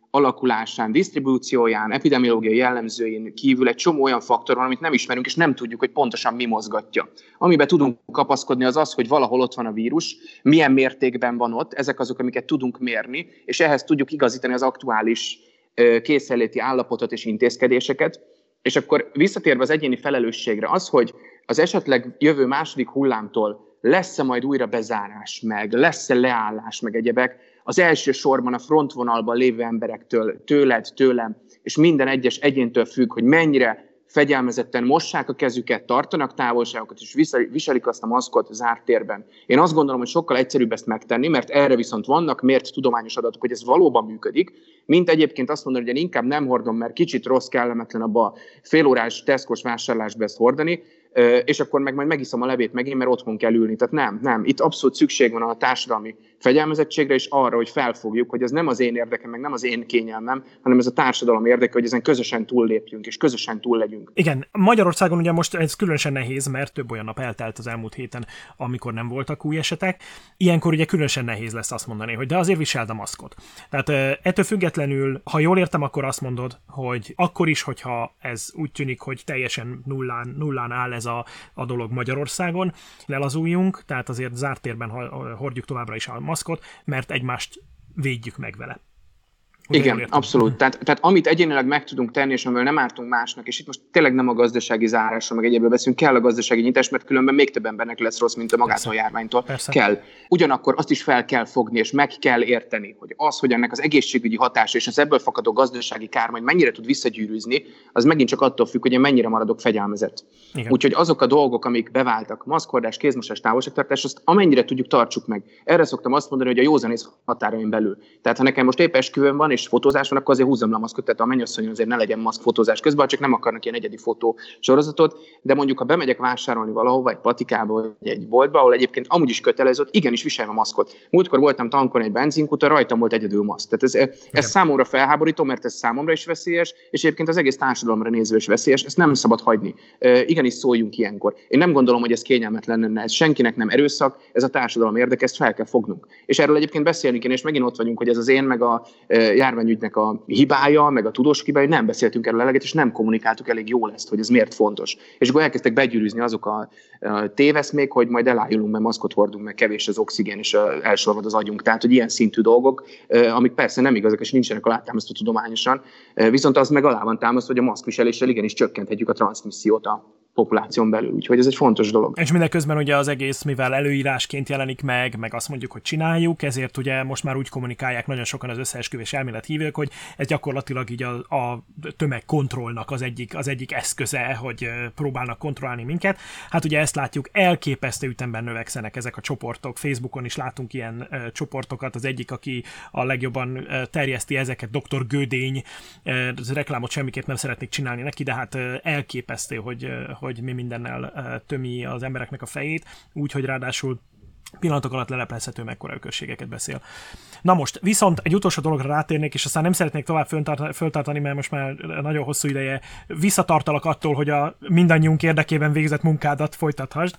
alakulásán, disztribúcióján, epidemiológiai jellemzőin kívül egy csomó olyan faktor van, amit nem ismerünk, és nem tudjuk, hogy pontosan mi mozgatja. Amiben tudunk kapaszkodni, az az, hogy valahol ott van a vírus, milyen mértékben van ott, ezek azok, amiket tudunk mérni, és ehhez tudjuk igazítani az aktuális készenléti állapotot és intézkedéseket. És akkor visszatérve az egyéni felelősségre, az, hogy az esetleg jövő második hullámtól lesz-e majd újra bezárás meg, lesz-e leállás meg egyebek, az első sorban a frontvonalban lévő emberektől, tőled, tőlem, és minden egyes egyéntől függ, hogy mennyire fegyelmezetten mossák a kezüket, tartanak távolságokat, és viselik azt a maszkot zárt térben. Én azt gondolom, hogy sokkal egyszerűbb ezt megtenni, mert erre viszont vannak mért tudományos adatok, hogy ez valóban működik, mint egyébként azt mondani, hogy én inkább nem hordom, mert kicsit rossz, kellemetlen abba a félórás Tesco-s vásárlásba ezt hordani, és akkor meg majd megiszom a levét megint, mert otthon kell ülni. Tehát nem, nem. Itt abszolút szükség van a társadalmi fegyelmezettségre, és arra, hogy felfogjuk, hogy ez nem az én érdekem, meg nem az én kényelmem, hanem ez a társadalom érdeke, hogy ezen közösen túllépjünk, és közösen túl legyünk. Igen, Magyarországon ugye most ez különösen nehéz, mert több olyan nap eltelt az elmúlt héten, amikor nem voltak új esetek. Ilyenkor ugye különösen nehéz lesz azt mondani, hogy de azért viseld a maszkot. Tehát ettől függetlenül, ha jól értem, akkor azt mondod, hogy akkor is, hogyha ez úgy tűnik, hogy teljesen nullán, nullán áll ez a, a dolog Magyarországon, lelazuljunk, tehát azért zárt térben hordjuk továbbra is a maszkot, mert egymást védjük meg vele. Ugye igen, abszolút. Tehát, tehát amit egyénileg meg tudunk tenni, és amivel nem ártunk másnak, és itt most tényleg nem a gazdasági zárásról, meg egyébről beszélünk, kell a gazdasági nyitás, mert különben még több embernek lesz rossz, mint a magától a járványtól. Persze. Kell. Ugyanakkor azt is fel kell fogni, és meg kell érteni, hogy az, hogy ennek az egészségügyi hatása és az ebből fakadó gazdasági kár majd mennyire tud visszagyűrűzni, az megint csak attól függ, hogy én mennyire maradok fegyelmezett. Úgyhogy azok a dolgok, amik beváltak, maszkordás, kézmosás, távolságtartás, azt amennyire tudjuk, tartsuk meg. Erre szoktam azt mondani, hogy a józanész határain belül. Tehát ha nekem most épp esküvőm van, és fotózás van, akkor azért húzzam le a maszkot, tehát a mennyasszonyon azért ne legyen maszk fotózás közben, csak nem akarnak ilyen egyedi fotó sorozatot, de mondjuk ha bemegyek vásárolni valahova, egy patikába, vagy egy boltba, ahol egyébként amúgy is kötelező, igenis viseljem a maszkot. Múltkor voltam tankon egy benzinkuton, rajtam volt egyedül maszk. Tehát ez, ez számomra felháborító, mert ez számomra is veszélyes, és egyébként az egész társadalomra nézve is veszélyes, ezt nem szabad hagyni. E, igenis szóljunk ilyenkor. Én nem gondolom, hogy ez kényelmetlen lenne, ez senkinek nem erőszak, ez a társadalom érdeke, ezt fel kell fognunk. És erről egyébként beszélni kéne, és megint ott vagyunk, hogy ez az én meg a e, járványügynek a hibája, meg a tudós hibája, hogy nem beszéltünk erről eleget, és nem kommunikáltuk elég jól ezt, hogy ez miért fontos. És akkor elkezdtek begyűrűzni azok a, a téveszmék, hogy majd elájulunk, mert maszkot hordunk, meg kevés az oxigén, és elsorvad az agyunk. Tehát, hogy ilyen szintű dolgok, amik persze nem igazak, és nincsenek alátámasztva tudományosan, viszont az meg alá van támasztva, hogy a maszkviseléssel igenis csökkenthetjük a transzmissziót a populáción belül, úgyhogy ez egy fontos dolog. És mindeközben ugye az egész, mivel előírásként jelenik meg, meg azt mondjuk, hogy csináljuk, ezért ugye most már úgy kommunikálják nagyon sokan az összeesküvés elmélet hívők, hogy ez gyakorlatilag így a, a tömegkontrollnak az egyik, az egyik eszköze, hogy próbálnak kontrollálni minket. Hát ugye ezt látjuk, elképesztő ütemben növekszenek ezek a csoportok. Facebookon is látunk ilyen uh, csoportokat, az egyik, aki a legjobban uh, terjeszti ezeket, doktor Gödény, uh, reklámot semmiképp nem szeretnék csinálni neki, de hát uh, elképesztő, hogy uh, hogy mi mindennel tömi az embereknek a fejét, úgyhogy ráadásul pillanatok alatt leleplezhető mekkora ökösségeket beszél. Na most, viszont egy utolsó dologra rátérnék, és aztán nem szeretnék tovább föltartani, mert most már nagyon hosszú ideje visszatartalak attól, hogy a mindannyiunk érdekében végzett munkádat folytathasd,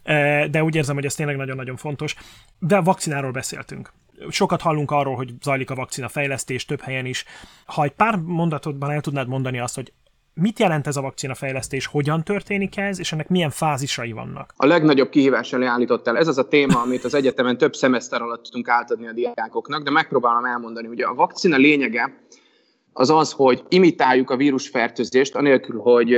de úgy érzem, hogy ez tényleg nagyon-nagyon fontos. De a vakcináról beszéltünk. Sokat hallunk arról, hogy zajlik a vakcina fejlesztés több helyen is. Ha egy pár mondatodban el tudnád mondani azt, hogy mit jelent ez a vakcinafejlesztés, hogyan történik ez, és ennek milyen fázisai vannak? A legnagyobb kihívás elé állítottál. Ez az a téma, amit az egyetemen több szemeszter alatt tudunk átadni a diákoknak, de megpróbálom elmondani. Ugye a vakcina lényege az az, hogy imitáljuk a vírusfertőzést, anélkül, hogy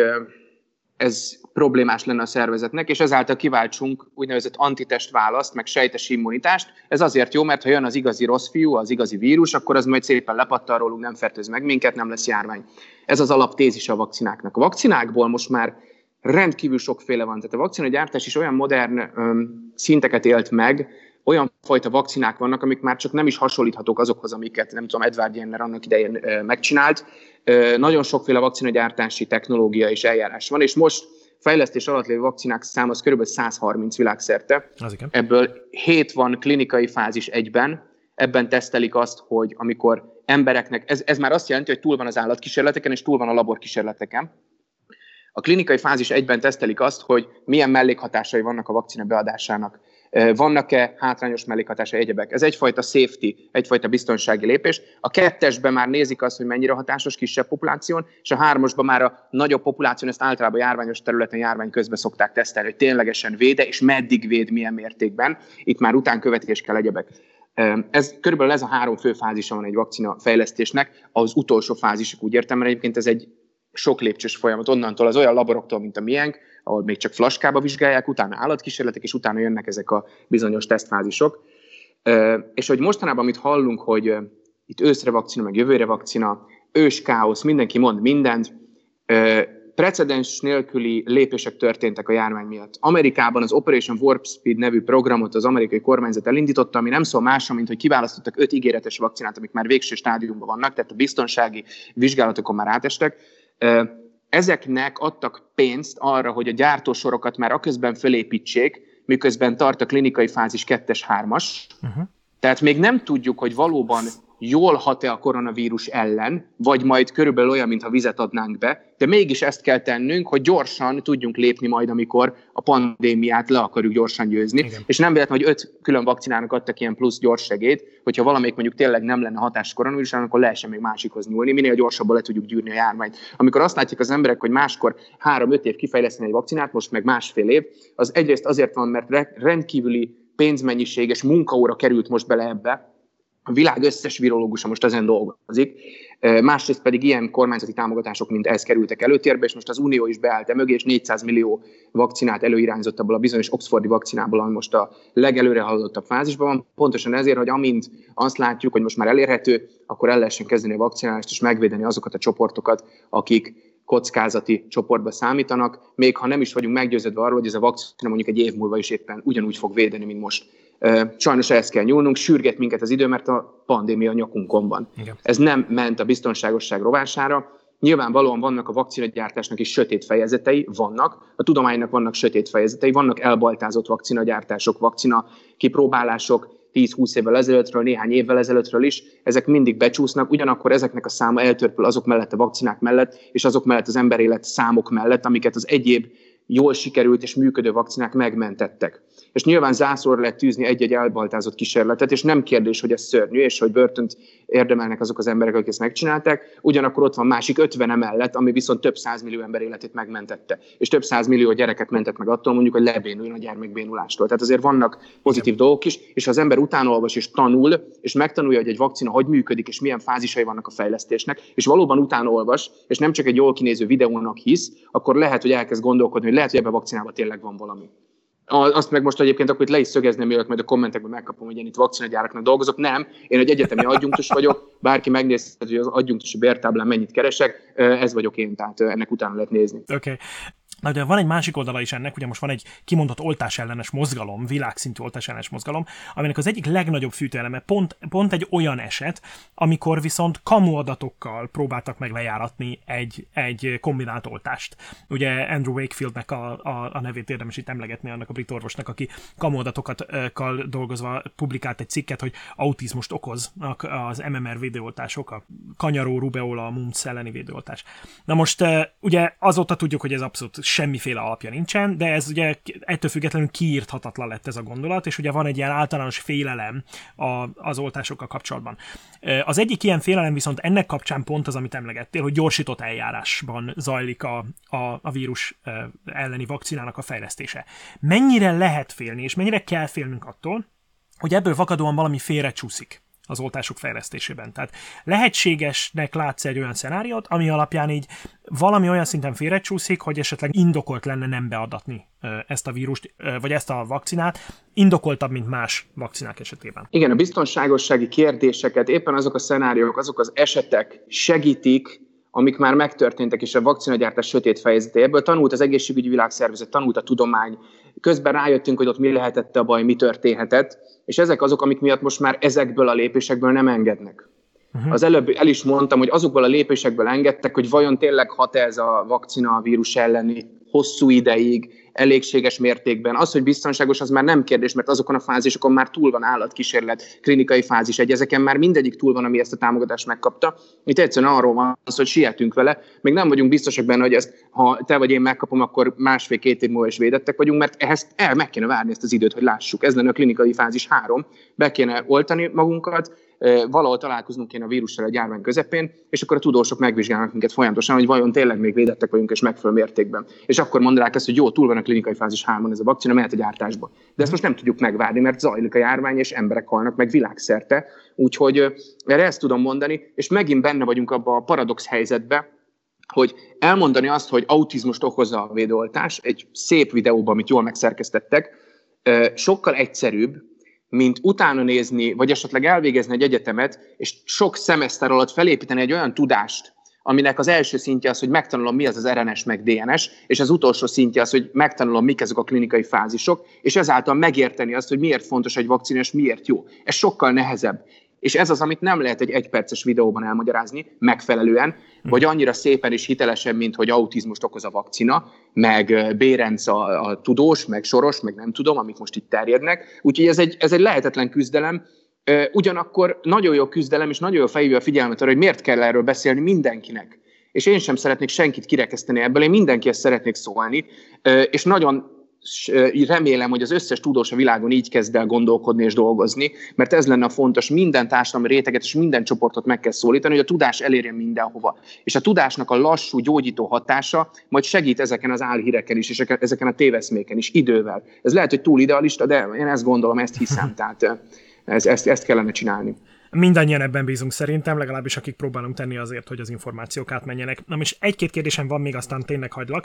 ez problémás lenne a szervezetnek, és ezáltal kiváltsunk úgynevezett antitestválaszt, meg sejtes immunitást. Ez azért jó, mert ha jön az igazi rossz fiú, az igazi vírus, akkor az majd szépen lepattan rólunk, nem fertőz meg minket, nem lesz járvány. Ez az alaptézis a vakcináknak. A vakcinákból most már rendkívül sokféle van. Tehát a vakcinagyártás is olyan modern öm, szinteket élt meg, olyan fajta vakcinák vannak, amik már csak nem is hasonlíthatók azokhoz, amiket, nem tudom, Edward Jenner annak idején ö, megcsinált. Ö, nagyon sokféle vakcinagyártási technológia és eljárás van, és most fejlesztés alatt lévő vakcinák száma az kb. száz harminc világszerte. Ebből hét van klinikai fázis egyben. Ebben tesztelik azt, hogy amikor embereknek, ez, ez már azt jelenti, hogy túl van az állatkísérleteken, és túl van a laborkísérleteken. A klinikai fázis egyben tesztelik azt, hogy milyen mellékhatásai vannak a vakcina beadásának. Vannak-e hátrányos mellékhatása, egyebek? Ez egyfajta safety, egyfajta biztonsági lépés. A kettesben már nézik azt, hogy mennyire hatásos kisebb populáción, és a hármasban már a nagyobb populáción ezt általában járványos területen, járvány közben szokták tesztelni, hogy ténylegesen véde, és meddig véd, milyen mértékben. Itt már utánkövetés kell, egyebek. Ez körülbelül ez a három fő fázisa van egy vakcina fejlesztésnek, az utolsó fázisok, úgy értem, mert egyébként ez egy sok lépcsős folyamat, onnantól az olyan laboroktól, mint a miénk, ahol még csak flaskába vizsgálják, utána állatkísérletek, és utána jönnek ezek a bizonyos tesztfázisok. És hogy mostanában, amit hallunk, hogy itt őszre vakcina, meg jövőre vakcina, ős káosz, mindenki mond mindent, precedens nélküli lépések történtek a járvány miatt. Amerikában az Operation Warp Speed nevű programot az amerikai kormányzat elindította, ami nem szól másra, mint hogy kiválasztottak öt ígéretes vakcinát, amik már végső stádiumban vannak, tehát a biztonsági vizsgálatokon már átestek. Ezeknek adtak pénzt arra, hogy a gyártósorokat már aközben fölépítsék, miközben tart a klinikai fázis kettes, hármas. Uh-huh. Tehát még nem tudjuk, hogy valóban jól hat-e a koronavírus ellen, vagy majd körülbelül olyan, mintha vizet adnánk be, de mégis ezt kell tennünk, hogy gyorsan tudjunk lépni majd, amikor a pandémiát le akarjuk gyorsan győzni. Igen. És nem véletlen, hogy öt külön vakcinának adtak ilyen plusz gyors segélyt, hogyha valamelyik mondjuk tényleg nem lenne hatás koronavírusán, akkor lehessen még másikhoz nyúlni, minél gyorsabban le tudjuk gyűrni a járványt. Amikor azt látják az emberek, hogy máskor három-öt év kifejleszteni egy vakcinát, most meg másfél év, az egyrészt azért van, mert rendkívüli pénzmennyiség és munkaóra került most bele ebbe. A világ összes virológusa most ezen dolgozik, másrészt pedig ilyen kormányzati támogatások, mint ez kerültek előtérbe, és most az Unió is beállt mögé, és négyszáz millió vakcinát előirányzott abból a bizonyos oxfordi vakcinából, ami most a legelőre haladottabb fázisban van. Pontosan ezért, hogy amint azt látjuk, hogy most már elérhető, akkor el lehessen kezdeni a vakcinálást, és megvédeni azokat a csoportokat, akik kockázati csoportba számítanak, még ha nem is vagyunk meggyőződve arról, hogy ez a vakcina mondjuk egy év múlva is éppen ugyanúgy fog védeni, mint most. Sajnos ehhez kell nyúlnunk, sürget minket az idő, mert a pandémia nyakunkon van. Igen. Ez nem ment a biztonságosság rovására. Nyilvánvalóan vannak a vakcinagyártásnak is sötét fejezetei, vannak, a tudománynak vannak sötét fejezetei, vannak elbaltázott vakcinagyártások, vakcina kipróbálások tíz-húsz évvel ezelőttről, néhány évvel ezelőttről is, ezek mindig becsúsznak, ugyanakkor ezeknek a száma eltörpül azok mellett a vakcinák mellett, és azok mellett az emberélet számok mellett, amiket az egyéb jól sikerült és működő vakcinák megmentettek. És nyilván zászlóra lehet tűzni egy-egy elbaltázott kísérletet, és nem kérdés, hogy ez szörnyű, és hogy börtönt érdemelnek azok az emberek, akik ezt megcsinálták, ugyanakkor ott van másik ötven emellett, ami viszont több százmillió ember életét megmentette. És több százmillió gyereket mentett meg attól, mondjuk, hogy lebénuljon a gyermekbénulástól. Tehát azért vannak pozitív dolgok is, és ha az ember utánolvas és tanul, és megtanulja, hogy egy vakcina hogy működik, és milyen fázisai vannak a fejlesztésnek, és valóban utánolvas, és nem csak egy jól kinéző videónak hisz, akkor lehet, hogy elkezd gondolkodni, hogy lehet, hogy ebben a vakcinában tényleg van valami. Azt meg most egyébként akkor itt le is szögezném, mielőtt majd a kommentekben megkapom, hogy én itt vakcinagyáraknak dolgozok. Nem, én egy egyetemi adjunktus vagyok, bárki megnézhet, hogy az adjunktusi bértáblán mennyit keresek, ez vagyok én, tehát ennek utána lehet nézni. Oké. Okay. Na, de van egy másik oldala is ennek, ugye most van egy kimondott oltásellenes mozgalom, világszintű oltásellenes mozgalom, aminek az egyik legnagyobb fűtőeleme pont, pont egy olyan eset, amikor viszont kamu adatokkal próbáltak meg lejáratni egy, egy kombinált oltást. Ugye Andrew Wakefieldnek a, a, a nevét érdemes itt emlegetni, annak a brit orvosnak, aki kamu adatokkal dolgozva publikált egy cikket, hogy autizmust okoznak az em em er védőoltások, a kanyaró, rubeola, a mumps elleni védőoltás. Na most ugye azóta tudjuk, hogy ez abszolút semmiféle alapja nincsen, de ez ugye ettől függetlenül kiírthatatlan lett ez a gondolat, és ugye van egy ilyen általános félelem a, az oltásokkal kapcsolatban. Az egyik ilyen félelem viszont ennek kapcsán pont az, amit emlegettél, hogy gyorsított eljárásban zajlik a, a, a vírus elleni vakcinának a fejlesztése. Mennyire lehet félni, és mennyire kell félnünk attól, hogy ebből fakadóan valami félrecsúszik az oltások fejlesztésében. Tehát lehetségesnek látsz egy olyan szenáriót, ami alapján így valami olyan szinten félrecsúszik, hogy esetleg indokolt lenne nem beadatni ezt a vírust, vagy ezt a vakcinát, indokoltabb, mint más vakcinák esetében. Igen, a biztonságossági kérdéseket éppen azok a szenáriók, azok az esetek segítik, amik már megtörténtek, és a vakcinagyártás sötét fejezete. Ebből tanult az Egészségügyi Világszervezet, tanult a tudomány. Közben rájöttünk, hogy ott mi lehetett a baj, mi történhetett, és ezek azok, amik miatt most már ezekből a lépésekből nem engednek. Uh-huh. Az előbb el is mondtam, hogy azokból a lépésekből engedtek, hogy vajon tényleg hat ez a vakcina a vírus elleni hosszú ideig, elégséges mértékben. Az, hogy biztonságos, az már nem kérdés, mert azokon a fázisokon már túl van állatkísérlet, klinikai fázis egy, ezeken már mindegyik túl van, ami ezt a támogatást megkapta. Itt egyszerűen arról van szó, hogy sietünk vele, még nem vagyunk biztosak benne, hogy ezt, ha te vagy én megkapom, akkor másfél-két év múlva is védettek vagyunk, mert ehhez el meg kéne várni ezt az időt, hogy lássuk. Ez lenne a klinikai fázis három, be kéne oltani magunkat, valahol találkoznunk kéne a vírussal a járvány közepén, és akkor a tudósok megvizsgálnak minket folyamatosan, hogy vajon tényleg még védettek vagyunk és megfelelő mértékben. És akkor mondanák ezt, hogy jó, túl van a klinikai fázis hármon ez a vakcina, mehet a gyártásba. De ezt most nem tudjuk megvárni, mert zajlik a járvány, és emberek halnak meg világszerte. Úgyhogy erre ezt tudom mondani, és megint benne vagyunk abba a paradox helyzetbe, hogy elmondani azt, hogy autizmust okozza a védőoltás, egy szép videóban, amit jól megszerkesztettek, sokkal egyszerűbb, mint utána nézni, vagy esetleg elvégezni egy egyetemet, és sok szemeszter alatt felépíteni egy olyan tudást, aminek az első szintje az, hogy megtanulom, mi az az er en es meg dé en es, és az utolsó szintje az, hogy megtanulom, mik ezek a klinikai fázisok, és ezáltal megérteni azt, hogy miért fontos egy vakcina, és miért jó. Ez sokkal nehezebb. És ez az, amit nem lehet egy egyperces videóban elmagyarázni megfelelően, vagy annyira szépen és hitelesen, mint hogy autizmust okoz a vakcina, meg Bérenc a, a tudós, meg Soros, meg nem tudom, amik most itt terjednek. Úgyhogy ez egy, ez egy lehetetlen küzdelem. Ugyanakkor nagyon jó küzdelem, és nagyon jó felhívja a figyelmet arra, hogy miért kell erről beszélni mindenkinek. És én sem szeretnék senkit kirekeszteni ebből, én mindenkihez szeretnék szólni, és nagyon remélem, hogy az összes tudós a világon így kezd el gondolkodni és dolgozni, mert ez lenne a fontos, minden társadalmi réteget és minden csoportot meg kell szólítani, hogy a tudás elérjen mindenhova. És a tudásnak a lassú, gyógyító hatása majd segít ezeken az álhíreken is, és ezeken a téveszméken is idővel. Ez lehet, hogy túl idealista, de én ezt gondolom, ezt hiszem, tehát ez, ezt, ezt kellene csinálni. Mindannyian ebben bízunk szerintem, legalábbis akik próbálunk tenni azért, hogy az információk átmenjenek. Na most egy-két kérdésem van még, aztán tényleg hagylak.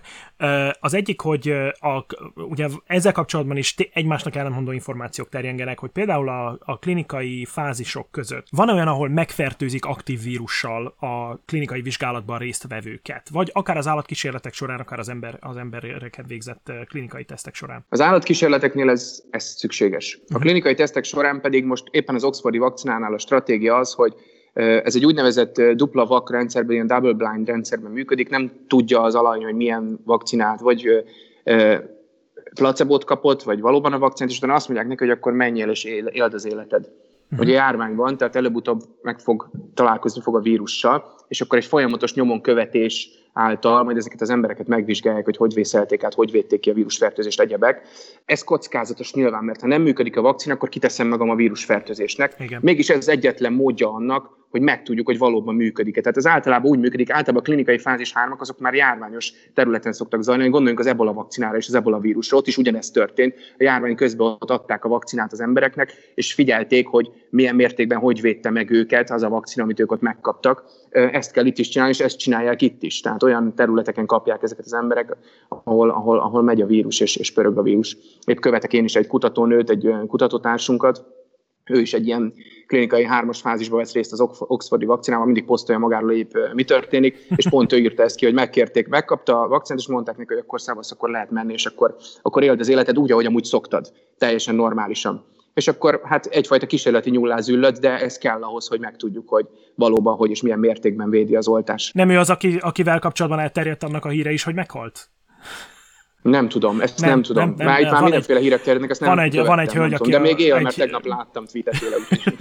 Az egyik, hogy a, ugye ezzel kapcsolatban is egymásnak ellentmondó információk terjengenek, hogy például a, a klinikai fázisok között van olyan, ahol megfertőzik aktív vírussal a klinikai vizsgálatban résztvevőket, vagy akár az állatkísérletek során, akár az, ember, az embereket végzett klinikai tesztek során. Az állatkísérleteknél ez, ez szükséges. A klinikai tesztek során pedig most éppen az oxfordi vakcinánál a stratégia az, hogy ez egy úgynevezett dupla vak rendszerben, ilyen double blind rendszerben működik, nem tudja az alany, hogy milyen vakcinát, vagy placebót kapott, vagy valóban a vakcinát, és utána azt mondják neki, hogy akkor menjél és éld az életed. Uh-huh. Ugye járvány van, tehát előbb-utóbb meg fog találkozni fog a vírussal, és akkor egy folyamatos nyomon követés által majd ezeket az embereket megvizsgálják, hogy hogy vészelték át, hogy védték ki a vírusfertőzést, egyebek. Ez kockázatos nyilván, mert ha nem működik a vakcina, akkor kiteszem magam a vírusfertőzésnek. Igen. Mégis ez egyetlen módja annak, hogy megtudjuk, hogy valóban működik. Tehát ez általában úgy működik, általában a klinikai fázis hármak azok már járványos területen szoktak zajlani. Gondoljunk az ebola vakcinára és az ebola vírusra, ott is ugyanezt történt. A járvány közben ott adták a vakcinát az embereknek, és figyelték, hogy milyen mértékben hogy védte meg őket az a vakcina, amit ők ott megkaptak. Ezt kell itt is csinálni, és ezt csinálják itt is. Tehát olyan területeken kapják ezeket az emberek, ahol, ahol, ahol megy a vírus és, és pörög a vírus. Épp követek én is egy kutatónőt, egy kutatótársunkat, ő is egy ilyen klinikai hármas fázisban vesz részt az oxfordi vakcinával, mindig posztolja magáról épp mi történik, és pont ő írta ezt ki, hogy megkérték, megkapta a vakcinát, és mondták neki, hogy akkor szávasz, akkor lehet menni, és akkor, akkor éld az életed úgy, ahogy amúgy szoktad, teljesen normálisan. És akkor hát egyfajta kísérleti nyúlás züllött, de ez kell ahhoz, hogy megtudjuk, hogy valóban hogy és milyen mértékben védi az oltás. Nem ő az, aki, akivel kapcsolatban elterjedt annak a híre is, hogy meghalt? Nem tudom, ezt nem, nem tudom. Nem, nem, már itt már mindenféle hírek terjednek, ezt van nem egy, követtem, van egy hölgy, aki de még él, egy... mert tegnap láttam tweetet tőle.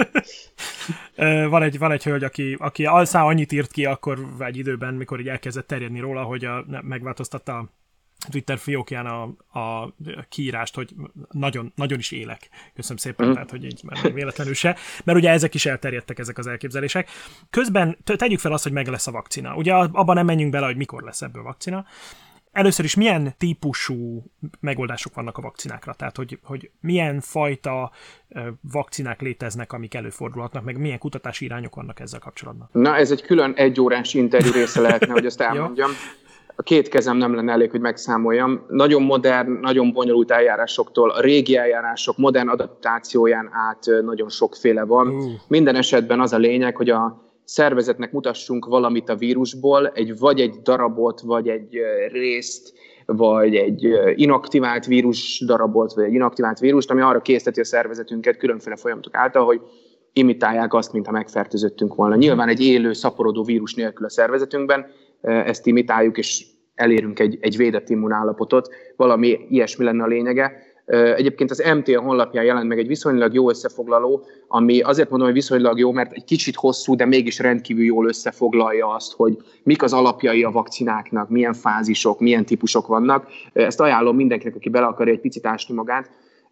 van, egy, van egy hölgy, aki, aki alszá annyit írt ki akkor egy időben, mikor így elkezdett terjedni róla, hogy a, megváltoztatta a Twitter fiókján a, a kiírást, hogy nagyon, nagyon is élek. Köszönöm szépen, mm. tehát, hogy így már véletlenül se. Mert ugye ezek is elterjedtek, ezek az elképzelések. Közben tegyük fel azt, hogy meg lesz a vakcina. Ugye abban nem menjünk bele, hogy mikor lesz ebből vakcina. Először is milyen típusú megoldások vannak a vakcinákra? Tehát, hogy, hogy milyen fajta vakcinák léteznek, amik előfordulhatnak, meg milyen kutatási irányok vannak ezzel kapcsolatban? Na, ez egy külön egyórás interjú része lehetne, hogy azt elmondjam. A két kezem nem lenne elég, hogy megszámoljam. Nagyon modern, nagyon bonyolult eljárásoktól, a régi eljárások modern adaptációján át nagyon sokféle van. Uh. Minden esetben az a lényeg, hogy a szervezetnek mutassunk valamit a vírusból, egy, vagy egy darabot, vagy egy részt, vagy egy inaktivált vírus darabot, vagy egy inaktivált vírust, ami arra készteti a szervezetünket különféle folyamatok által, hogy imitálják azt, mintha megfertőzöttünk volna. Nyilván egy élő, szaporodó vírus nélkül a szervezetünkben ezt imitáljuk, és elérünk egy, egy védett immunállapotot, valami ilyesmi lenne a lényege. Egyébként az em té á honlapján jelent meg egy viszonylag jó összefoglaló, ami azért mondom, hogy viszonylag jó, mert egy kicsit hosszú, de mégis rendkívül jól összefoglalja azt, hogy mik az alapjai a vakcináknak, milyen fázisok, milyen típusok vannak. Ezt ajánlom mindenkinek, aki bele akarja egy picit ásni magát,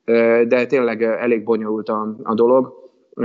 de tényleg elég bonyolult a, a dolog.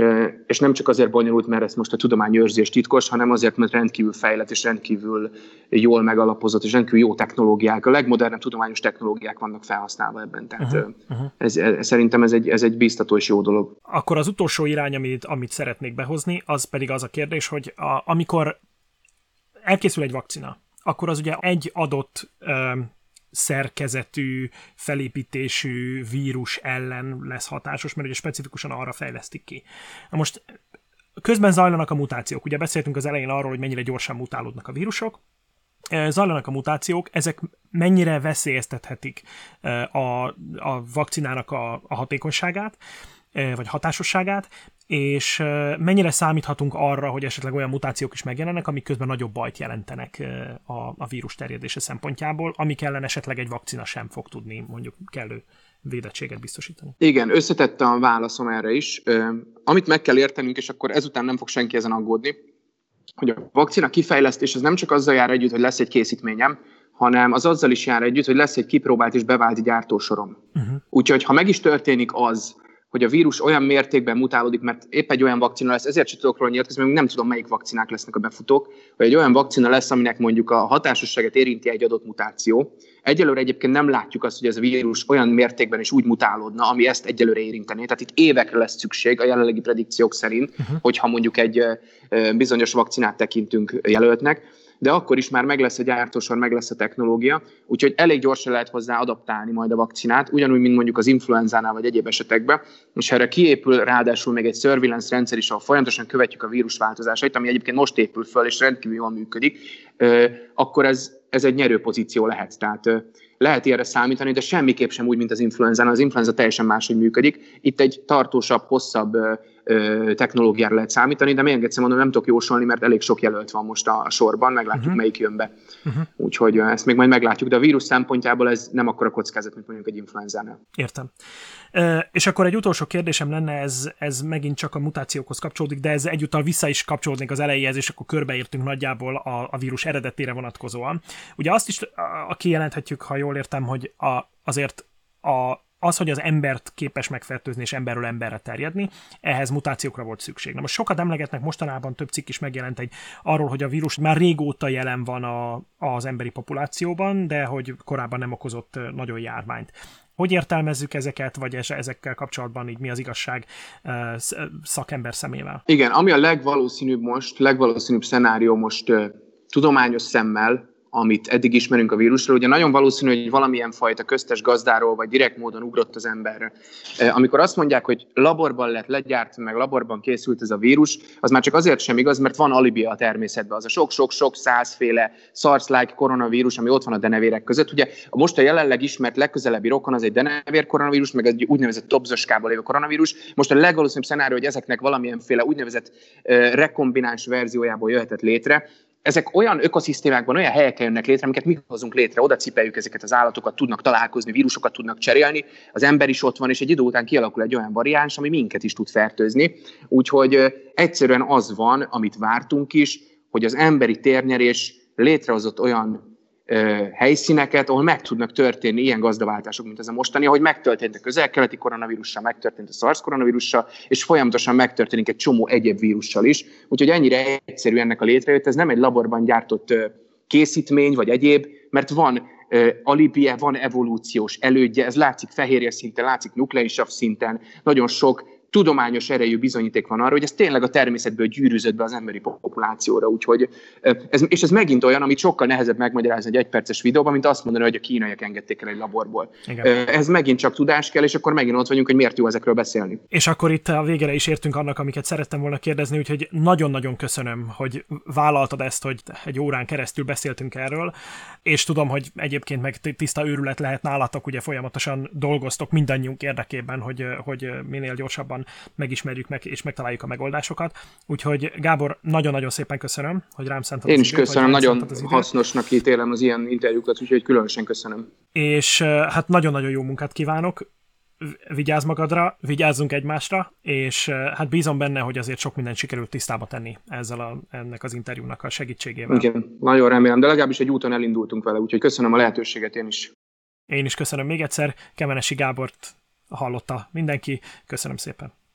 És nem csak azért bonyolult, mert ezt most a tudomány őrzi és titkos, hanem azért, mert rendkívül fejlett és rendkívül jól megalapozott, és rendkívül jó technológiák. A legmodernebb tudományos technológiák vannak felhasználva ebben. Tehát uh-huh, uh-huh. Ez, ez, szerintem ez egy, ez egy biztató és jó dolog. Akkor az utolsó irány, amit, amit szeretnék behozni, az pedig az a kérdés, hogy a, amikor elkészül egy vakcina, akkor az ugye egy adott um, szerkezetű, felépítésű vírus ellen lesz hatásos, mert ugye specifikusan arra fejlesztik ki. Na most közben zajlanak a mutációk. Ugye beszéltünk az elején arról, hogy mennyire gyorsan mutálódnak a vírusok. Zajlanak a mutációk, ezek mennyire veszélyeztethetik a, a vakcinának a, a hatékonyságát, vagy hatásosságát, és mennyire számíthatunk arra, hogy esetleg olyan mutációk is megjelennek, amik közben nagyobb bajt jelentenek a, a vírus terjedése szempontjából, amik ellen esetleg egy vakcina sem fog tudni mondjuk kellő védettséget biztosítani. Igen, összetett a válaszom erre is. Amit meg kell értenünk, és akkor ezután nem fog senki ezen aggódni, hogy a vakcina kifejlesztés az nem csak azzal jár együtt, hogy lesz egy készítményem, hanem az azzal is jár együtt, hogy lesz egy kipróbált és bevált gyártósorom. Uh-huh. Úgyhogy ha meg is történik az, hogy a vírus olyan mértékben mutálódik, mert épp egy olyan vakcina lesz, ezért sem tudok róla nyilatkozni, mert nem tudom, melyik vakcinák lesznek a befutók, hogy egy olyan vakcina lesz, aminek mondjuk a hatásosságát érinti egy adott mutáció. Egyelőre egyébként nem látjuk azt, hogy ez a vírus olyan mértékben is úgy mutálódna, ami ezt egyelőre érintené. Tehát itt évekre lesz szükség a jelenlegi predikciók szerint, uh-huh. hogyha mondjuk egy bizonyos vakcinát tekintünk jelöltnek, de akkor is már meg lesz a gyártósor, meg lesz a technológia, úgyhogy elég gyorsan lehet hozzá adaptálni majd a vakcinát, ugyanúgy, mint mondjuk az influenzánál vagy egyéb esetekben, és erre kiépül ráadásul még egy surveillance rendszer is, ahol folyamatosan követjük a vírus változásait, ami egyébként most épül föl, és rendkívül jól működik, akkor ez, ez egy nyerő pozíció lehet. Tehát lehet ilyenre számítani, de semmiképp sem úgy, mint az influenzánál. Az influenza teljesen máshogy működik. Itt egy tartósabb, hosszabb technológiára lehet számítani, de még egyszer mondom, nem tudok jósolni, mert elég sok jelölt van most a sorban, meglátjuk, uh-huh. melyik jön be. Uh-huh. Úgyhogy ezt még majd meglátjuk, de a vírus szempontjából ez nem akkora kockázat, mint mondjuk egy influenzánál. Értem. E, és akkor egy utolsó kérdésem lenne, ez, ez megint csak a mutációkhoz kapcsolódik, de ez egyúttal vissza is kapcsolódik az elejéhez, és akkor körbeértünk nagyjából a, a vírus eredetére vonatkozóan. Ugye azt is a, a kijelenthetjük, ha jól értem, hogy a, azért a az, hogy az embert képes megfertőzni és emberről emberre terjedni, ehhez mutációkra volt szükség. Na most sokat emlegetnek, mostanában több cikk is megjelent egy arról, hogy a vírus már régóta jelen van a, az emberi populációban, de hogy korábban nem okozott nagyon járványt. Hogy értelmezzük ezeket, vagy ezekkel kapcsolatban így mi az igazság szakember szemével? Igen, ami a legvalószínűbb most, legvalószínűbb szenárió most uh, tudományos szemmel, amit eddig ismerünk a vírusról, ugye nagyon valószínű, hogy valamilyen fajta köztes gazdáról, vagy direkt módon ugrott az emberre. Amikor azt mondják, hogy laborban lett legyártva, meg laborban készült ez a vírus, az már csak azért sem igaz, mert van alibia a természetben. Az a sok-sok-sok százféle SARS-like koronavírus, ami ott van a denevérek között. Ugye a most a jelenleg ismert legközelebbi rokon az egy denevér koronavírus, meg egy úgynevezett topzoskából lévő koronavírus. Most a legvalószínűbb szenárió, hogy ezeknek valamilyenféle úgynevezett uh, rekombináns verziójából jöhetett létre. Ezek olyan ökoszisztémákban, olyan helyeken jönnek létre, amiket mi hozunk létre, oda cipeljük ezeket az állatokat, tudnak találkozni, vírusokat tudnak cserélni, az ember is ott van, és egy idő után kialakul egy olyan variáns, ami minket is tud fertőzni. Úgyhogy egyszerűen az van, amit vártunk is, hogy az emberi térnyerés létrehozott olyan ö, helyszíneket, ahol meg tudnak történni ilyen gazdaváltások, mint ez a mostani, ahogy megtörtént a közel-keleti koronavírussal, megtörtént a SARS koronavírussal, és folyamatosan megtörténik egy csomó egyéb vírussal is. Úgyhogy ennyire egyszerű ennek a létrejött, ez nem egy laborban gyártott ö, készítmény, vagy egyéb, mert van ö, alibije, van evolúciós elődje, ez látszik fehérje szinten, látszik nukleisav szinten, nagyon sok tudományos erejű bizonyíték van arra, hogy ez tényleg a természetből gyűrűzött be az emberi populációra. Úgyhogy ez, és ez megint olyan, amit sokkal nehezebb megmagyarázni egy egyperces videóban, mint azt mondani, hogy a kínaiak engedték el egy laborból. Igen. Ez megint csak tudás kell, és akkor megint ott vagyunk, hogy miért jó ezekről beszélni. És akkor itt a végére is értünk annak, amiket szerettem volna kérdezni, úgyhogy nagyon-nagyon köszönöm, hogy vállaltad ezt, hogy egy órán keresztül beszéltünk erről, és tudom, hogy egyébként meg tiszta őrület lehet nálatok, ugye folyamatosan dolgoztok mindannyiunk érdekében, hogy, hogy minél gyorsabban jobban megismerjük meg, és megtaláljuk a megoldásokat. Úgyhogy Gábor, nagyon-nagyon szépen köszönöm, hogy rám szántad Én az is időt, köszönöm, nagyon az hasznosnak ítélem az ilyen interjúkat, úgyhogy különösen köszönöm. És hát nagyon-nagyon jó munkát kívánok, vigyázz magadra, vigyázzunk egymásra, és hát bízom benne, hogy azért sok mindent sikerült tisztába tenni ezzel a, ennek az interjúnak a segítségével. Igen, nagyon remélem, de legalábbis egy úton elindultunk vele, úgyhogy köszönöm a lehetőséget én is. Én is köszönöm még egyszer, Kemenesi Gábort hallotta mindenki, köszönöm szépen.